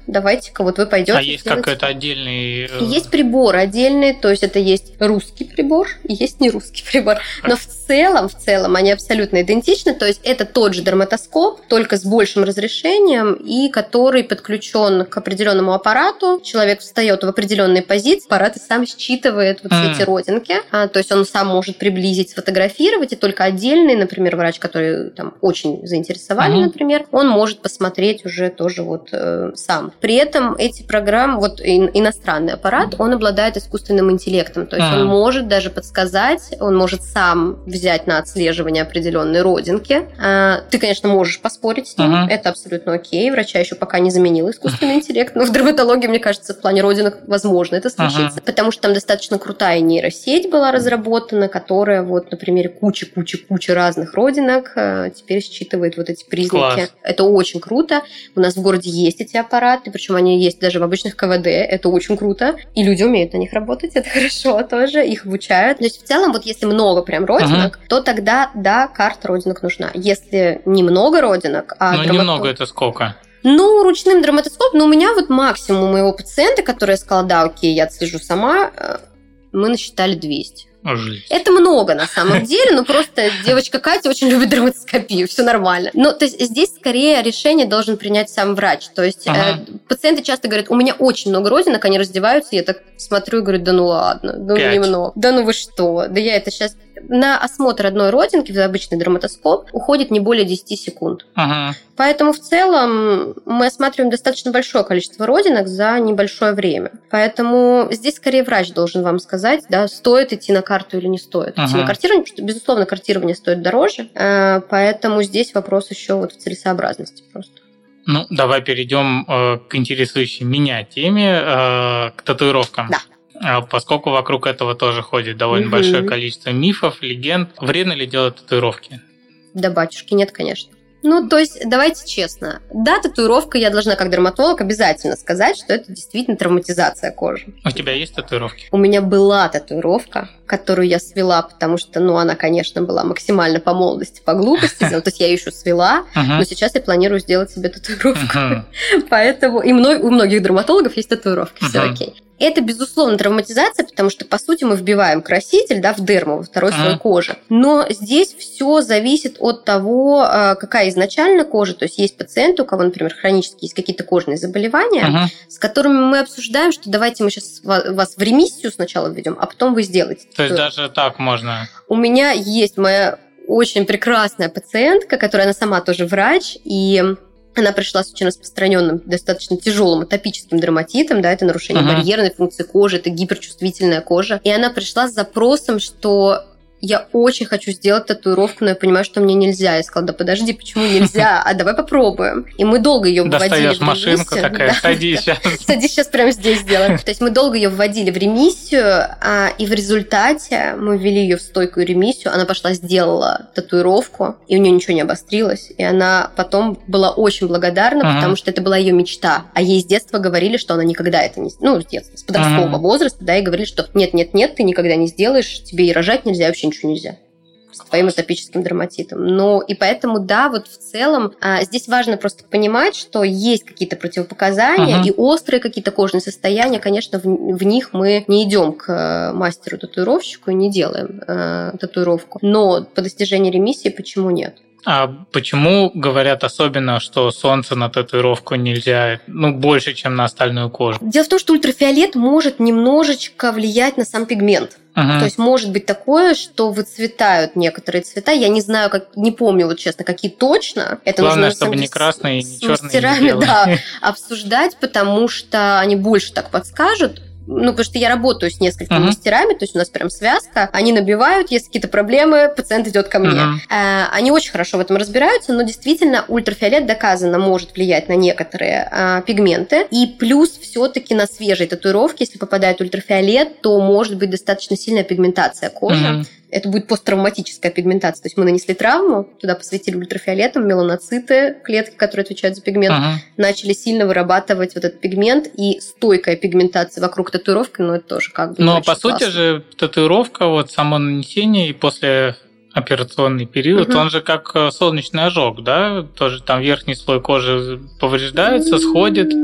давайте-ка вот вы пойдете. А есть какой-то отдельный... Есть прибор отдельный, то есть это есть русский прибор и есть нерусский прибор. Но в целом они абсолютно идентичны, то есть это тот же дерматоскоп, только с большим разрешением и который подключен к определенному аппарату. Человек встает в определенной позиции, аппарат и сам считывает вот все эти родинки, то есть он сам может приблизить, сфотографировать, и только отдельный, например, врач, который там очень заинтересовали, например, он может посмотреть уже тоже вот сам. При этом эти программы, вот иностранный аппарат, он обладает искусственным интеллектом, то есть он может даже подсказать, он может сам взять на отслеживание определенные родинки. Ты, конечно, можешь поспорить с ним, это абсолютно окей, врача еще пока не заменил искусственный интеллект, но в дерматологии, мне кажется, в плане родинок возможно это случится, потому что там достаточно крутая нейросеть была разработана, которая вот на примере кучи разных родинок теперь считывает вот эти признаки. Класс. Это очень круто. У нас в городе есть эти аппараты, причем они есть даже в обычных КВД, это очень круто, и люди умеют на них работать, это хорошо тоже, их обучают. То есть в целом, вот если много прям родинок, то тогда, да, карта родинок нужна. Если немного родинок, немного это сколько? Ручным дерматоскопом, у меня вот максимум у моего пациента, который я сказала, да, окей, я отслежу сама, мы насчитали 200. Жесть. Это много на самом деле, но просто девочка Катя очень любит дерматоскопию, все нормально. Но то есть здесь скорее решение должен принять сам врач. То есть пациенты часто говорят, у меня очень много родинок, они раздеваются, я так смотрю и говорю, да ну ладно, немного. Да ну вы что, да я это сейчас... На осмотр одной родинки в обычный дерматоскоп уходит не более 10 секунд. Поэтому в целом мы осматриваем достаточно большое количество родинок за небольшое время. Поэтому здесь скорее врач должен вам сказать, да, стоит идти на карту или не стоит идти на картирование, потому что, безусловно, картирование стоит дороже. Поэтому здесь вопрос еще вот в целесообразности просто. Давай перейдем к интересующей меня теме, к татуировкам. Да. Поскольку вокруг этого тоже ходит довольно большое количество мифов, легенд. Вредно ли делать татуировки? Да, батюшки, нет, конечно. То есть, давайте честно. Да, татуировка, я должна как дерматолог обязательно сказать, что это действительно травматизация кожи. У тебя есть татуировки? У меня была татуировка, которую я свела, потому что, она, конечно, была максимально по молодости, по глупости. То есть, я ее еще свела, но сейчас я планирую сделать себе татуировку. Поэтому и у многих дерматологов есть татуировки, все окей. Это, безусловно, травматизация, потому что, по сути, мы вбиваем краситель, да, в дерму, во второй слой кожи. Но здесь все зависит от того, какая изначально кожа. То есть есть пациенты, у кого, например, хронические есть какие-то кожные заболевания, с которыми мы обсуждаем, что давайте мы сейчас вас в ремиссию сначала введем, а потом вы сделаете. То есть даже так можно? У меня есть моя очень прекрасная пациентка, которая она сама тоже врач, и... Она пришла с очень распространенным, достаточно тяжелым атопическим дерматитом, да, это нарушение барьерной функции кожи, это гиперчувствительная кожа. И она пришла с запросом, что я очень хочу сделать татуировку, но я понимаю, что мне нельзя. Я сказала, да подожди, почему нельзя? А давай попробуем. И мы долго ее вводили в ремиссию. Достаешь машинку такая, садись сейчас. Садись сейчас прямо здесь сделаем. То есть мы долго ее вводили в ремиссию, и в результате мы ввели ее в стойкую ремиссию. Она пошла, сделала татуировку, и у нее ничего не обострилось. И она потом была очень благодарна, потому что это была ее мечта. А ей с детства говорили, что она никогда это не... с детства, с подросткового возраста, да, и говорили, что нет, ты никогда не сделаешь, тебе и рожать нельзя, вообще ничего нельзя с твоим атопическим дерматитом. И поэтому, да, вот в целом здесь важно просто понимать, что есть какие-то противопоказания и острые какие-то кожные состояния, конечно, в них мы не идем к мастеру-татуировщику и не делаем татуировку. Но по достижении ремиссии почему нет? А почему говорят особенно, что солнце на татуировку нельзя, больше, чем на остальную кожу? Дело в том, что ультрафиолет может немножечко влиять на сам пигмент. То есть может быть такое, что выцветают некоторые цвета. Я не знаю, не помню, вот честно, какие точно. Это главное, нужно чтобы не красные, не черные, мастерами, да, обсуждать, потому что они больше так подскажут. Потому что я работаю с несколькими мастерами, то есть у нас прям связка, они набивают, есть какие-то проблемы, пациент идет ко мне. Они очень хорошо в этом разбираются, но действительно ультрафиолет доказано может влиять на некоторые пигменты, и плюс все-таки на свежей татуировке, если попадает ультрафиолет, то может быть достаточно сильная пигментация кожи. Это будет посттравматическая пигментация. То есть мы нанесли травму, туда посветили ультрафиолетом, меланоциты, клетки, которые отвечают за пигмент, начали сильно вырабатывать вот этот пигмент, и стойкая пигментация вокруг татуировки, это тоже как бы... Но по сути же татуировка, вот само нанесение и после операционный период, он же как солнечный ожог, да? Тоже там верхний слой кожи повреждается, сходит.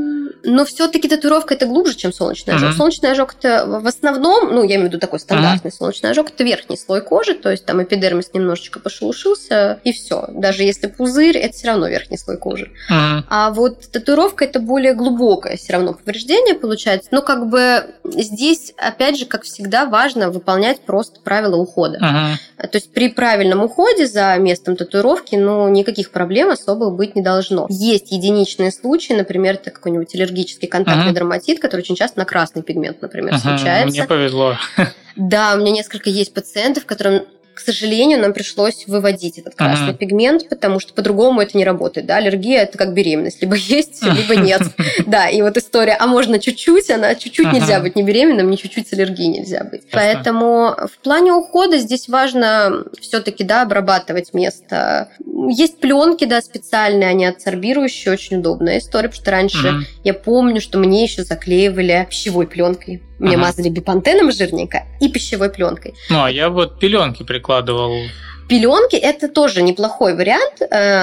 Но все-таки татуировка это глубже, чем солнечный ожог. Солнечный ожог это в основном, ну, я имею в виду такой стандартный солнечный ожог, это верхний слой кожи, то есть там эпидермис немножечко пошелушился, и все. Даже если пузырь, это все равно верхний слой кожи. А вот татуировка это более глубокое все равно повреждение получается. Но как бы здесь, опять же, как всегда, важно выполнять просто правила ухода. То есть при правильном уходе за местом татуировки, ну, никаких проблем особо быть не должно. Есть единичные случаи, например, это какой-нибудь аллергический контактный дерматит, который очень часто на красный пигмент, например, случается. Мне повезло. Да, у меня несколько есть пациентов, которым, к сожалению, нам пришлось выводить этот красный пигмент, потому что по-другому это не работает. Да? Аллергия – это как беременность. Либо есть, либо нет. Да, и вот история, а можно чуть-чуть, она чуть-чуть нельзя быть не беременным, ни чуть-чуть с аллергией нельзя быть. Поэтому в плане ухода здесь важно все-таки, да, обрабатывать место. Есть пленки, да, специальные, они адсорбирующие, очень удобная история, потому что раньше я помню, что мне еще заклеивали пищевой пленкой. Мне мазали бипантеном жирненько и пищевой пленкой. Ну, а я вот пеленки прикладывал. Пеленки это тоже неплохой вариант,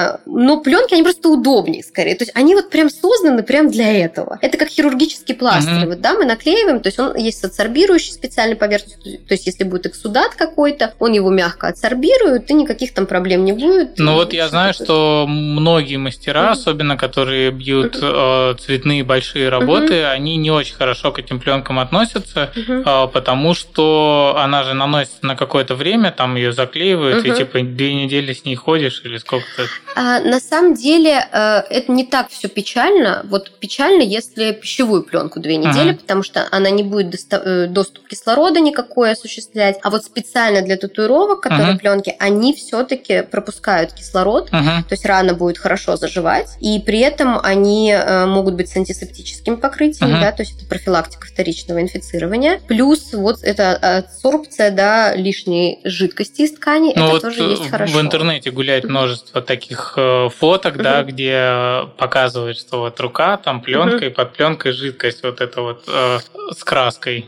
но пленки они просто удобнее скорее. То есть они вот прям созданы прям для этого. Это как хирургический пластырь. Вот, да, мы наклеиваем, то есть он есть с адсорбирующей специальной поверхностью. То есть если будет эксудат какой-то, он его мягко адсорбирует, и никаких там проблем не будет. Ну вот я знаю, что многие мастера, особенно которые бьют цветные большие работы, они не очень хорошо к этим пленкам относятся, потому что она же наносится на какое-то время, там ее заклеивают, и типа 2 недели с ней ходишь или сколько-то? На самом деле это не так все печально. Вот печально, если пищевую пленку 2 недели, потому что она не будет доступ кислорода никакой осуществлять. А вот специально для татуировок, которые пленки, они все-таки пропускают кислород, то есть рана будет хорошо заживать, и при этом они могут быть с антисептическими покрытиями, да, то есть это профилактика вторичного инфицирования. Плюс вот эта адсорбция, да, лишней жидкости из ткани, это вот тоже есть хорошо. В интернете гуляет множество таких фоток, да, где показывают, что вот рука, там пленка, и под пленкой жидкость вот эта вот с краской.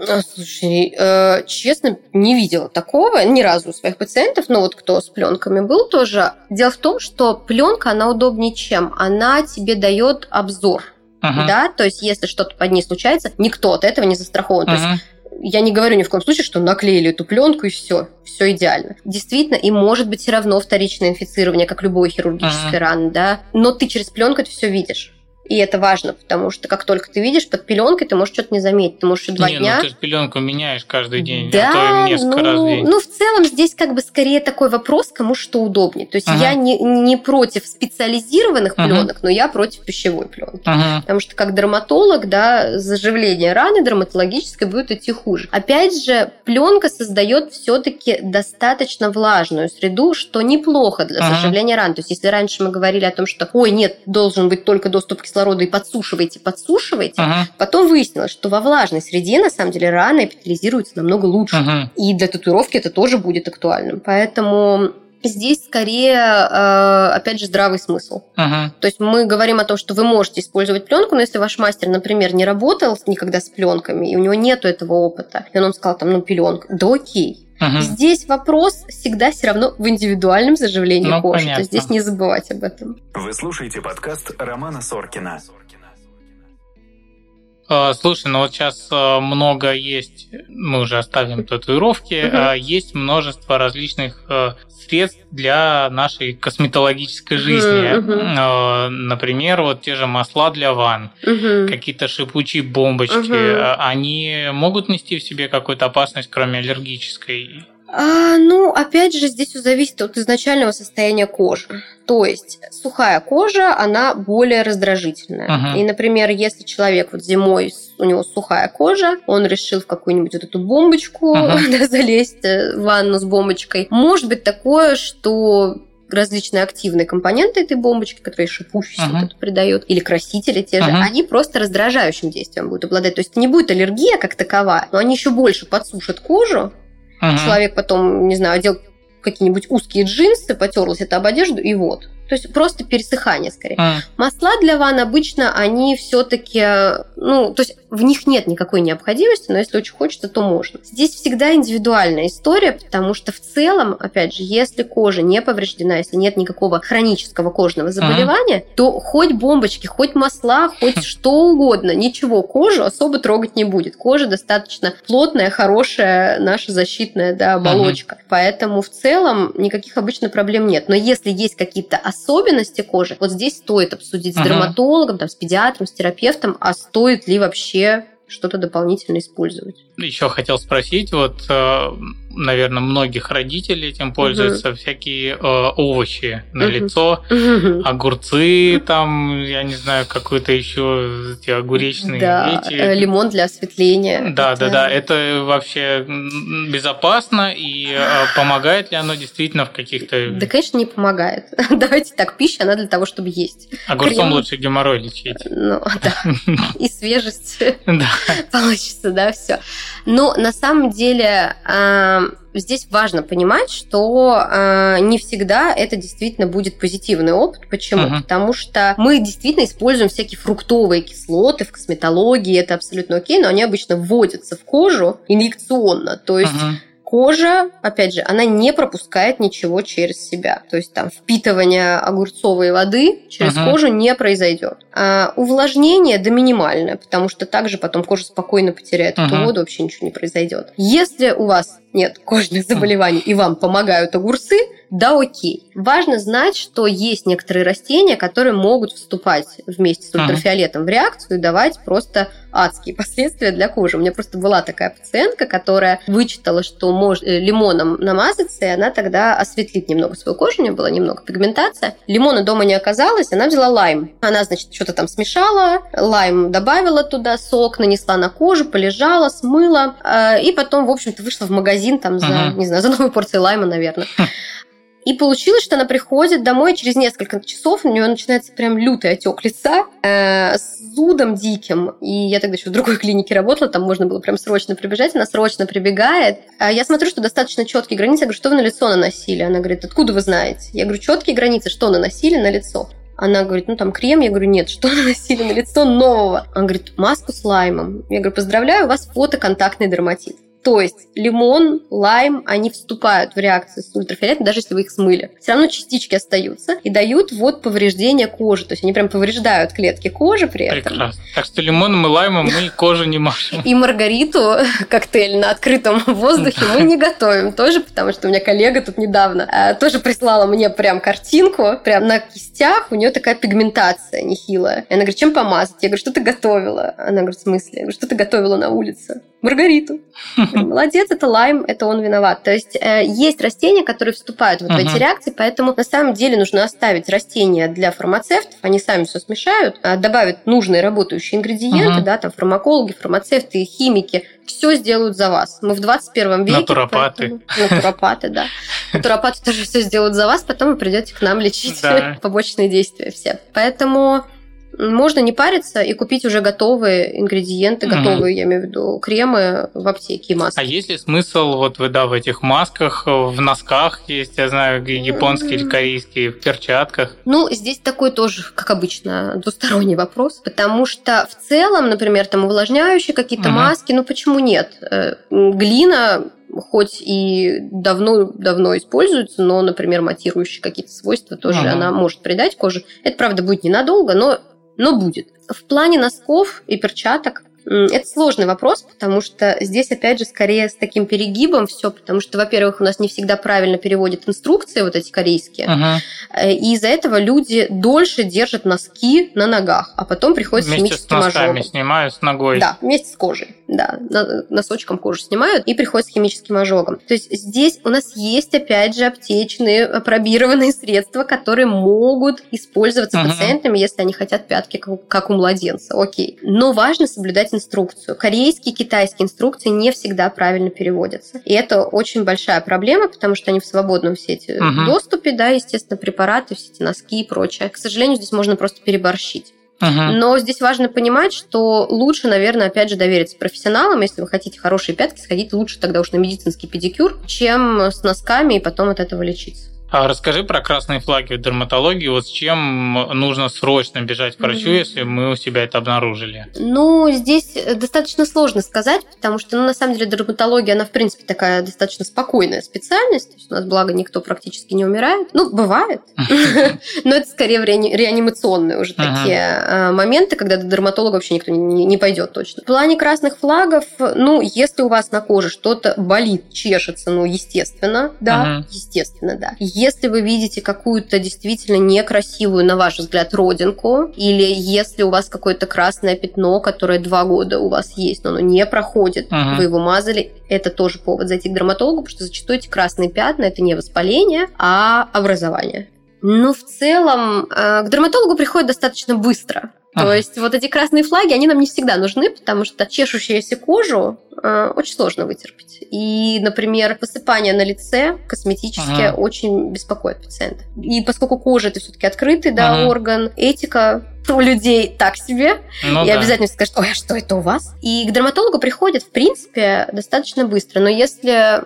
Слушай, честно, не видела такого ни разу у своих пациентов, но вот кто с пленками был тоже. Дело в том, что пленка, она удобнее чем? Она тебе дает обзор. Да, то есть если что-то под ней случается, никто от этого не застрахован. То есть я не говорю ни в коем случае, что наклеили эту пленку и все идеально. Действительно, и может быть все равно вторичное инфицирование, как любой хирургической раны, да, но ты через пленку это все видишь. И это важно, потому что как только ты видишь под пеленкой, ты можешь что-то не заметить. Ты можешь 2 дня... Ну ты же пеленку меняешь каждый день, да, а то и несколько раз в день. Ну, в целом здесь как бы скорее такой вопрос, кому что удобнее. То есть я не против специализированных пленок, но я против пищевой пленки. Потому что как дерматолог, да, заживление раны дерматологической будет идти хуже. Опять же, пленка создает все-таки достаточно влажную среду, что неплохо для заживления ран. То есть если раньше мы говорили о том, что ой, нет, должен быть только доступ к кислорода и подсушивайте. Потом выяснилось, что во влажной среде на самом деле рана эпителизируется намного лучше. И для татуировки это тоже будет актуальным. Поэтому здесь скорее, опять же, здравый смысл. То есть мы говорим о том, что вы можете использовать пленку, но если ваш мастер, например, не работал никогда с пленками, и у него нету этого опыта, и он вам сказал, там, ну, пеленка, да окей. Здесь вопрос всегда все равно в индивидуальном заживлении кожи. Понятно. То есть здесь не забывать об этом. Вы слушаете подкаст Романа Соркина. Слушай, ну вот сейчас много есть, мы уже оставим татуировки, есть множество различных средств для нашей косметологической жизни. Например, вот те же масла для ванн, какие-то шипучие бомбочки, они могут нести в себе какую-то опасность, кроме аллергической? Ну, опять же, здесь все зависит от изначального состояния кожи. То есть сухая кожа, она более раздражительная. И, например, если человек вот зимой, у него сухая кожа, он решил в какую-нибудь вот эту бомбочку залезть в ванну с бомбочкой, может быть такое, что различные активные компоненты этой бомбочки, которые шипучесть вот это придают, или красители те же, они просто раздражающим действием будут обладать. То есть не будет аллергия как таковая, но они еще больше подсушат кожу. Человек потом, не знаю, одел какие-нибудь узкие джинсы, потерлся это об одежду, и вот. То есть просто пересыхание скорее. Масла для ванн обычно, они все-таки, ну, то есть в них нет никакой необходимости, но если очень хочется, то можно. Здесь всегда индивидуальная история, потому что в целом, опять же, если кожа не повреждена, если нет никакого хронического кожного заболевания, то хоть бомбочки, хоть масла, хоть что угодно, ничего кожу особо трогать не будет. Кожа достаточно плотная, хорошая, наша защитная, да, оболочка. Поэтому в целом никаких обычно проблем нет. Но если есть какие-то особенности кожи, вот здесь стоит обсудить с дерматологом, там, с педиатром, с терапевтом, а стоит ли вообще что-то дополнительно использовать. Еще хотел спросить, вот, наверное, многих родителей этим пользуются, всякие овощи на лицо, огурцы, там, я не знаю, какой-то еще эти огуречные эти. Лимон для осветления. Да, это вообще безопасно, и помогает ли оно действительно в каких-то... Да, конечно, не помогает. Давайте так, пища, она для того, чтобы есть. Огурцом лучше геморрой лечить. Ну, да. И свежесть получится, да, все. Но на самом деле здесь важно понимать, что не всегда это действительно будет позитивный опыт. Почему? Потому что мы действительно используем всякие фруктовые кислоты в косметологии, это абсолютно окей, но они обычно вводятся в кожу инъекционно, то есть кожа, опять же, она не пропускает ничего через себя. То есть там впитывание огурцовой воды через кожу не произойдет. А увлажнение минимальное, потому что также потом кожа спокойно потеряет эту воду, вообще ничего не произойдет. Если у вас нет кожных заболеваний и вам помогают огурцы, да, окей. Важно знать, что есть некоторые растения, которые могут вступать вместе с ультрафиолетом в реакцию и давать просто адские последствия для кожи. У меня просто была такая пациентка, которая вычитала, что может лимоном намазаться, и она тогда осветлит немного свою кожу, у нее была немного пигментация. Лимона дома не оказалось, она взяла лайм. Она, значит, что-то там смешала, лайм добавила туда, сок нанесла на кожу, полежала, смыла, и потом, в общем-то, вышла в магазин там за, не знаю, за новой порцией лайма, наверное. И получилось, что она приходит домой, через несколько часов у нее начинается прям лютый отек лица с зудом диким. И я тогда еще в другой клинике работала, там можно было прям срочно прибежать. Она срочно прибегает. Я смотрю, что достаточно четкие границы. Я говорю, что вы на лицо наносили? Она говорит, откуда вы знаете? Я говорю, четкие границы, что наносили на лицо? Она говорит, ну там крем. Я говорю, нет, что наносили на лицо нового? Она говорит, маску с лаймом. Я говорю, поздравляю, у вас фотоконтактный дерматит. То есть лимон, лайм, они вступают в реакцию с ультрафиолетом, даже если вы их смыли. Все равно частички остаются и дают вот повреждение кожи. То есть они прям повреждают клетки кожи при этом. Прекрасно. Так что лимоном и лаймом мы кожу не мажем. И маргариту, коктейль на открытом воздухе, мы не готовим тоже, потому что у меня коллега тут недавно тоже прислала мне прям картинку, прям на кистях у нее такая пигментация нехилая. И она говорит, чем помазать? Я говорю, что ты готовила? Она говорит, в смысле? Я говорю, что ты готовила на улице? Маргариту. Молодец, это лайм, это он виноват. То есть есть растения, которые вступают вот в эти реакции, поэтому на самом деле нужно оставить растения для фармацевтов, они сами все смешают, добавят нужные работающие ингредиенты, да, там фармакологи, фармацевты, химики, все сделают за вас. Мы в 21 веке. Натуропаты. Натуропаты, да. Натуропаты тоже все сделают за вас, потом вы придете к нам лечить побочные действия все. Поэтому можно не париться и купить уже готовые ингредиенты, готовые, я имею в виду, кремы в аптеке и маски. А есть ли смысл вот в этих масках, в носках есть, я знаю, японские или корейские, в перчатках? Ну, здесь такой тоже, как обычно, двусторонний вопрос, потому что в целом, например, там увлажняющие какие-то маски, ну почему нет? Глина хоть и давно используется, но, например, матирующие какие-то свойства тоже она может придать коже. Это, правда, будет ненадолго, но будет. В плане носков и перчаток это сложный вопрос, потому что здесь, опять же, скорее с таким перегибом все, потому что, во-первых, у нас не всегда правильно переводят инструкции вот эти корейские, и из-за этого люди дольше держат носки на ногах, а потом приходят с химическим ожогом. Вместе с носками снимают с ногой. Да, вместе с кожей. Да, носочком кожу снимают и приходят с химическим ожогом. То есть здесь у нас есть, опять же, аптечные, апробированные средства, которые могут использоваться пациентами, если они хотят пятки, как у младенца. Окей. Но важно соблюдать инструкцию. Корейские, китайские инструкции не всегда правильно переводятся. И это очень большая проблема, потому что они в свободном все эти доступе, да, естественно, препараты, все эти носки и прочее. К сожалению, здесь можно просто переборщить. Но здесь важно понимать, что лучше, наверное, опять же, довериться профессионалам. Если вы хотите хорошие пятки, сходите лучше тогда уж на медицинский педикюр, чем с носками и потом от этого лечиться. А расскажи про красные флаги в дерматологии. Вот с чем нужно срочно бежать к врачу, если мы у себя это обнаружили? Ну, здесь достаточно сложно сказать, потому что, на самом деле, дерматология, она, в принципе, такая достаточно спокойная специальность. То есть у нас, благо, никто практически не умирает. Ну, бывает. Но это скорее реанимационные уже такие моменты, когда до дерматолога вообще никто не пойдет точно. В плане красных флагов, ну, если у вас на коже что-то болит, чешется, ну, естественно, да. Если вы видите какую-то действительно некрасивую, на ваш взгляд, родинку, или если у вас какое-то красное пятно, которое 2 года у вас есть, но оно не проходит, вы его мазали, это тоже повод зайти к дерматологу, потому что зачастую эти красные пятна – это не воспаление, а образование. Ну, в целом, к дерматологу приходят достаточно быстро. То есть вот эти красные флаги, они нам не всегда нужны, потому что чешущуюся кожу очень сложно вытерпеть. И, например, посыпание на лице косметически очень беспокоит пациента. И поскольку кожа – это все-таки открытый орган, этика у людей так себе, и обязательно скажут: ой, а что это у вас? И к дерматологу приходят, в принципе, достаточно быстро. Но если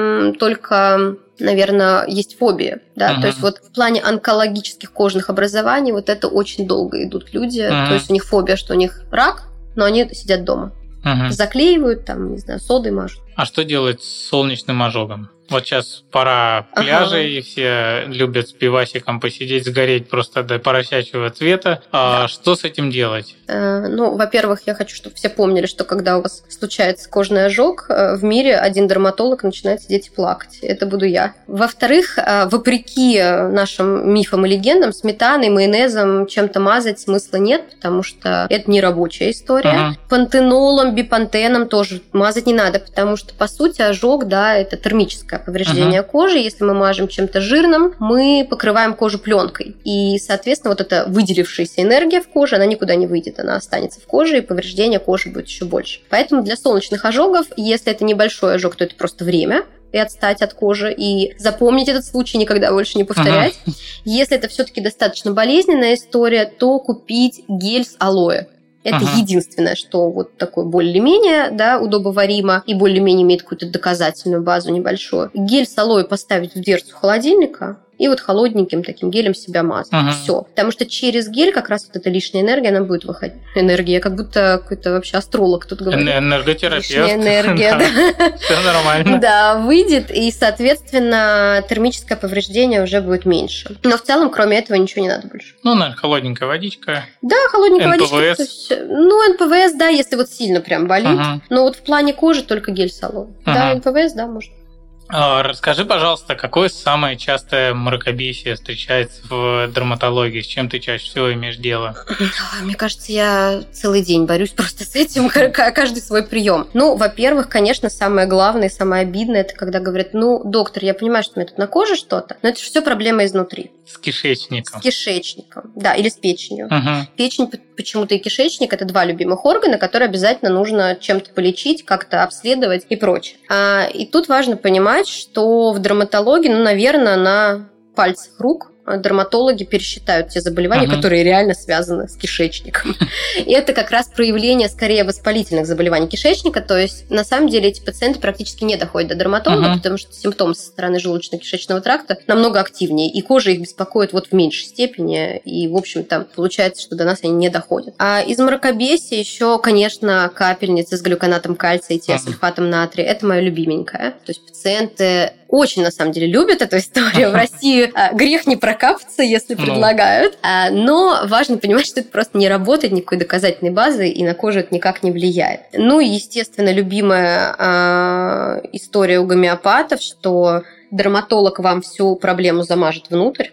только, наверное, есть фобия, да, то есть вот в плане онкологических кожных образований вот это очень долго идут люди, то есть у них фобия, что у них рак, но они сидят дома, заклеивают, там, не знаю, содой мажут. А что делать с солнечным ожогом? Вот сейчас пора пляжей, все любят с пивасиком посидеть, сгореть просто до поросячьего цвета. Что с этим делать? Ну, во-первых, я хочу, чтобы все помнили, что когда у вас случается кожный ожог, в мире один дерматолог начинает сидеть и плакать. Это буду я. Во-вторых, вопреки нашим мифам и легендам, сметаной, майонезом, чем-то мазать смысла нет, потому что это не рабочая история. Пантенолом, бипантеном тоже мазать не надо, потому что, по сути, ожог, да, это термическое повреждение кожи. Если мы мажем чем-то жирным, мы покрываем кожу пленкой. И, соответственно, вот эта выделившаяся энергия в коже, она никуда не выйдет. Она останется в коже, и повреждение кожи будет еще больше. Поэтому для солнечных ожогов, если это небольшой ожог, то это просто время и отстать от кожи, и запомнить этот случай, никогда больше не повторять. Если это все-таки достаточно болезненная история, то купить гель с алоэ. Это единственное, что вот такое более-менее, да, удобоваримо и более-менее имеет какую-то доказательную базу небольшую. Гель с алоэ поставить в дверцу холодильника и вот холодненьким таким гелем себя мазать. Все. Потому что через гель как раз вот эта лишняя энергия, она будет выходить. Энергия, как будто какой-то вообще астролог тут говорит. Энерготерапевт. Лишняя энергия, да. Все нормально. Да, выйдет, и, соответственно, термическое повреждение уже будет меньше. Но в целом, кроме этого, ничего не надо больше. Ну, наверное, холодненькая водичка. Да, холодненькая НПВС. водичка. Ну, НПВС, да, если вот сильно прям болит. Но вот в плане кожи только гель с алоэ. Да, НПВС, да, можно. Расскажи, пожалуйста, какое самое частое мракобесие встречается в дерматологии? С чем ты чаще всего имеешь дело? Мне кажется, я целый день борюсь просто с этим, каждый свой прием. Ну, во-первых, конечно, самое главное, самое обидное, это когда говорят: ну, доктор, я понимаю, что у меня тут на коже что-то, но это же все проблема изнутри. С кишечником. С кишечником, да, или с печенью. Печень почему-то и кишечник – это 2 любимых органа, которые обязательно нужно чем-то полечить, как-то обследовать и прочее. И тут важно понимать, что в дерматологии, ну, наверное, на пальцах рук дерматологи пересчитают те заболевания, которые реально связаны с кишечником. И это как раз проявление скорее воспалительных заболеваний кишечника. То есть, на самом деле, эти пациенты практически не доходят до дерматолога, потому что симптомы со стороны желудочно-кишечного тракта намного активнее, и кожа их беспокоит вот в меньшей степени, и, в общем-то, получается, что до нас они не доходят. А из мракобесия еще, конечно, капельницы с глюконатом кальция и тиосульфатом натрия. Это моя любименькая. То есть пациенты очень, на самом деле, любят эту историю. В России грех не прокапаться, если предлагают. Но важно понимать, что это просто не работает, никакой доказательной базы, и на кожу это никак не влияет. Ну и, естественно, любимая история у гомеопатов, что дерматолог вам всю проблему замажет внутрь.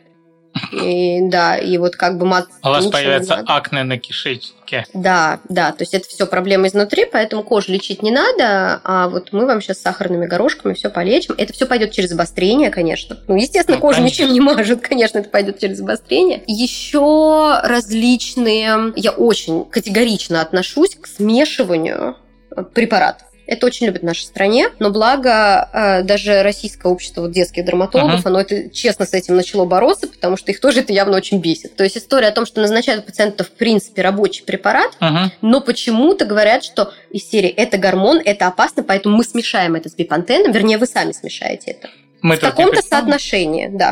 И, да, и вот как бы мазать. У вас появится акне на кишечнике. Да, то есть это все проблемы изнутри, поэтому кожу лечить не надо, а вот мы вам сейчас с сахарными горошками все полечим. Это все пойдет через обострение, конечно. Ну, естественно, кожу ничем не мажут, конечно, это пойдет через обострение. Еще различные, я очень категорично отношусь к смешиванию препаратов. Это очень любят в нашей стране, но благо даже Российское общество вот детских дерматологов, оно это честно с этим начало бороться, потому что их тоже это явно очень бесит. То есть история о том, что назначают пациенту в принципе рабочий препарат, но почему-то говорят, что из серии это гормон, это опасно, поэтому мы смешаем это с бипантеном, вернее, вы сами смешаете это. В каком-то соотношении, да.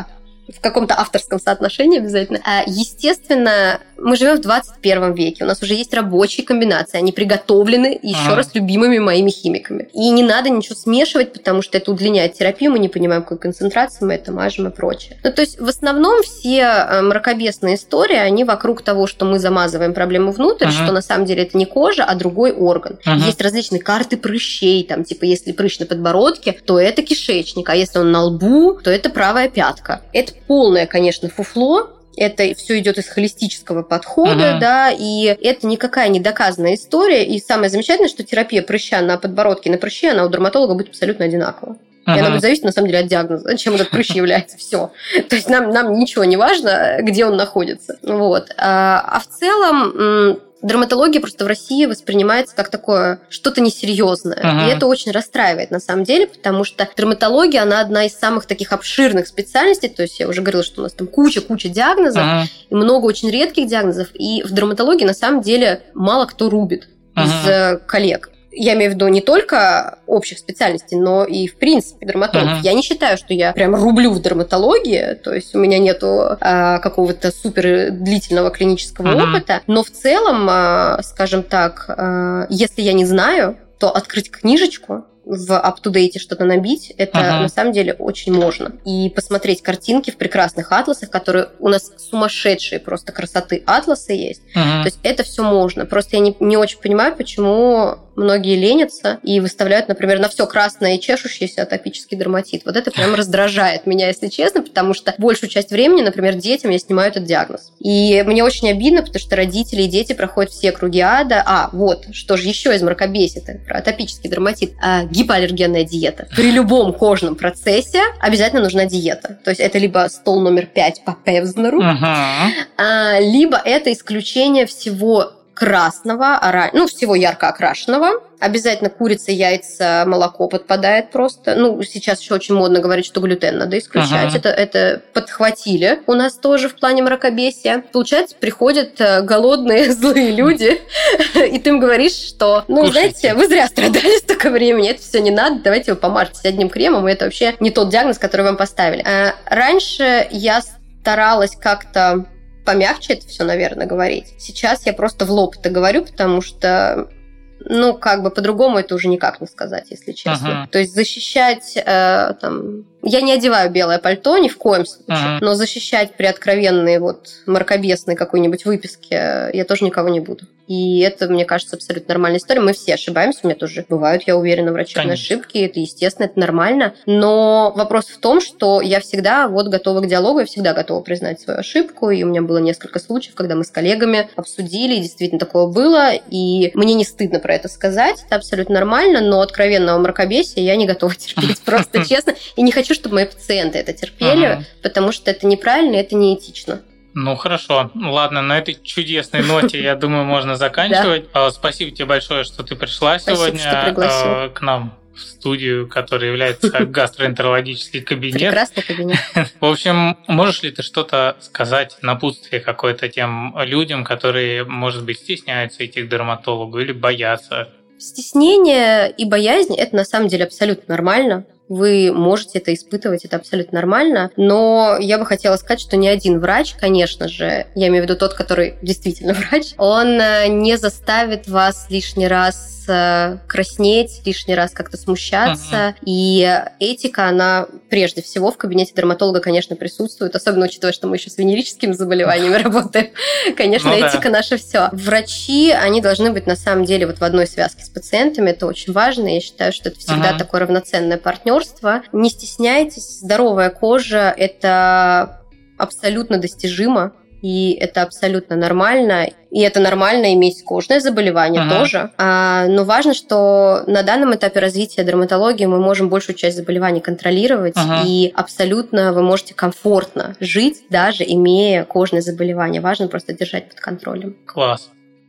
в каком-то авторском соотношении обязательно. Естественно, мы живем в 21 веке, у нас уже есть рабочие комбинации, они приготовлены, еще раз, любимыми моими химиками. И не надо ничего смешивать, потому что это удлиняет терапию, мы не понимаем, какой концентрации мы это мажем и прочее. Ну, то есть, в основном все мракобесные истории, они вокруг того, что мы замазываем проблему внутрь, что на самом деле это не кожа, а другой орган. Есть различные карты прыщей, там, типа, если прыщ на подбородке, то это кишечник, а если он на лбу, то это правая пятка. Это полное, конечно, фуфло. Это все идет из холистического подхода, да, и это никакая не доказанная история. И самое замечательное, что терапия прыща на подбородке и на прыще, она у дерматолога будет абсолютно одинакова. И она будет зависеть, на самом деле, от диагноза, чем этот прыщ является. Все. То есть нам ничего не важно, где он находится. Вот. А в целом дерматология просто в России воспринимается как такое что-то несерьезное. И это очень расстраивает на самом деле, потому что дерматология, она одна из самых таких обширных специальностей. То есть я уже говорила, что у нас там куча диагнозов, и много очень редких диагнозов. И в дерматологии на самом деле мало кто рубит из коллег. Я имею в виду не только общих специальностей, но и, в принципе, дерматологов. Я не считаю, что я прям рублю в дерматологии, то есть у меня нету какого-то супер длительного клинического опыта, но в целом, скажем так, если я не знаю, то открыть книжечку, в up-to-date что-то набить, это на самом деле очень можно. И посмотреть картинки в прекрасных атласах, которые у нас сумасшедшие просто красоты атласы есть. То есть это все можно. Просто я не очень понимаю, почему многие ленятся и выставляют, например, на все красное и чешущееся атопический дерматит. Вот это прям раздражает меня, если честно, потому что большую часть времени, например, детям я снимаю этот диагноз. И мне очень обидно, потому что родители и дети проходят все круги ада. Вот, что же еще из мракобесия-то про атопический дерматит? Гипоаллергенная диета. При любом кожном процессе обязательно нужна диета. То есть это либо стол номер 5 по Певзнеру, либо это исключение всего красного, всего ярко окрашенного. Обязательно курица, яйца, молоко подпадает просто. Сейчас еще очень модно говорить, что глютен надо исключать. Это подхватили у нас тоже в плане мракобесия. Получается, приходят голодные, злые люди, и ты им говоришь, что, знаете, вы зря страдали столько времени, это все не надо, давайте вы помажьтесь одним кремом, и это вообще не тот диагноз, который вам поставили. Раньше я старалась как-то помягче это все, наверное, говорить. Сейчас я просто в лоб это говорю, потому что, по-другому это уже никак не сказать, если честно. То есть защищать, я не одеваю белое пальто ни в коем случае, но защищать при откровенной мракобесной какой-нибудь выписке я тоже никого не буду. И это, мне кажется, абсолютно нормальная история. Мы все ошибаемся, у меня тоже бывают, я уверена, врачебные ошибки, это естественно, это нормально. Но вопрос в том, что я всегда готова к диалогу, я всегда готова признать свою ошибку, и у меня было несколько случаев, когда мы с коллегами обсудили, и действительно такое было, и мне не стыдно про это сказать, это абсолютно нормально, но откровенного мракобесия я не готова терпеть, просто честно, и не хочу, чтобы мои пациенты это терпели, потому что это неправильно, это неэтично. Хорошо. Ладно, на этой чудесной ноте, я думаю, можно заканчивать. Спасибо тебе большое, что ты пришла сегодня к нам в студию, которая является гастроэнтерологический кабинет. Прекрасный кабинет. В общем, можешь ли ты что-то сказать, напутствие какое-то тем людям, которые, может быть, стесняются идти к дерматологу или боятся? Стеснение и боязнь – это на самом деле абсолютно нормально. Вы можете это испытывать, это абсолютно нормально. Но я бы хотела сказать, что ни один врач, конечно же, я имею в виду тот, который действительно врач, он не заставит вас лишний раз краснеть, лишний раз как-то смущаться. И этика, она прежде всего в кабинете дерматолога, конечно, присутствует, особенно учитывая, что мы еще с венерическими заболеваниями работаем. Конечно, этика наша все. Врачи, они должны быть на самом деле в одной связке с пациентами, это очень важно. Я считаю, что это всегда такое равноценное партнерство. Не стесняйтесь, здоровая кожа – это абсолютно достижимо. И это абсолютно нормально. И это нормально иметь кожное заболевание тоже. Но важно, что на данном этапе развития дерматологии мы можем большую часть заболеваний контролировать. И абсолютно вы можете комфортно жить, даже имея кожное заболевание. Важно просто держать под контролем. Класс.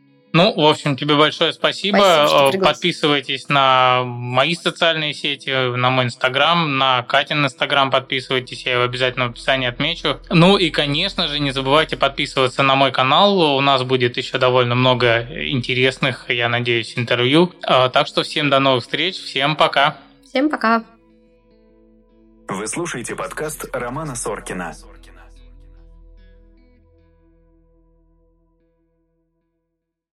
В общем, тебе большое спасибо. Подписывайтесь на мои социальные сети, на мой Инстаграм, на Катин Инстаграм подписывайтесь, я его обязательно в описании отмечу. И, конечно же, не забывайте подписываться на мой канал, у нас будет еще довольно много интересных, я надеюсь, интервью. Так что всем до новых встреч, всем пока. Всем пока. Вы слушаете подкаст Романа Соркина.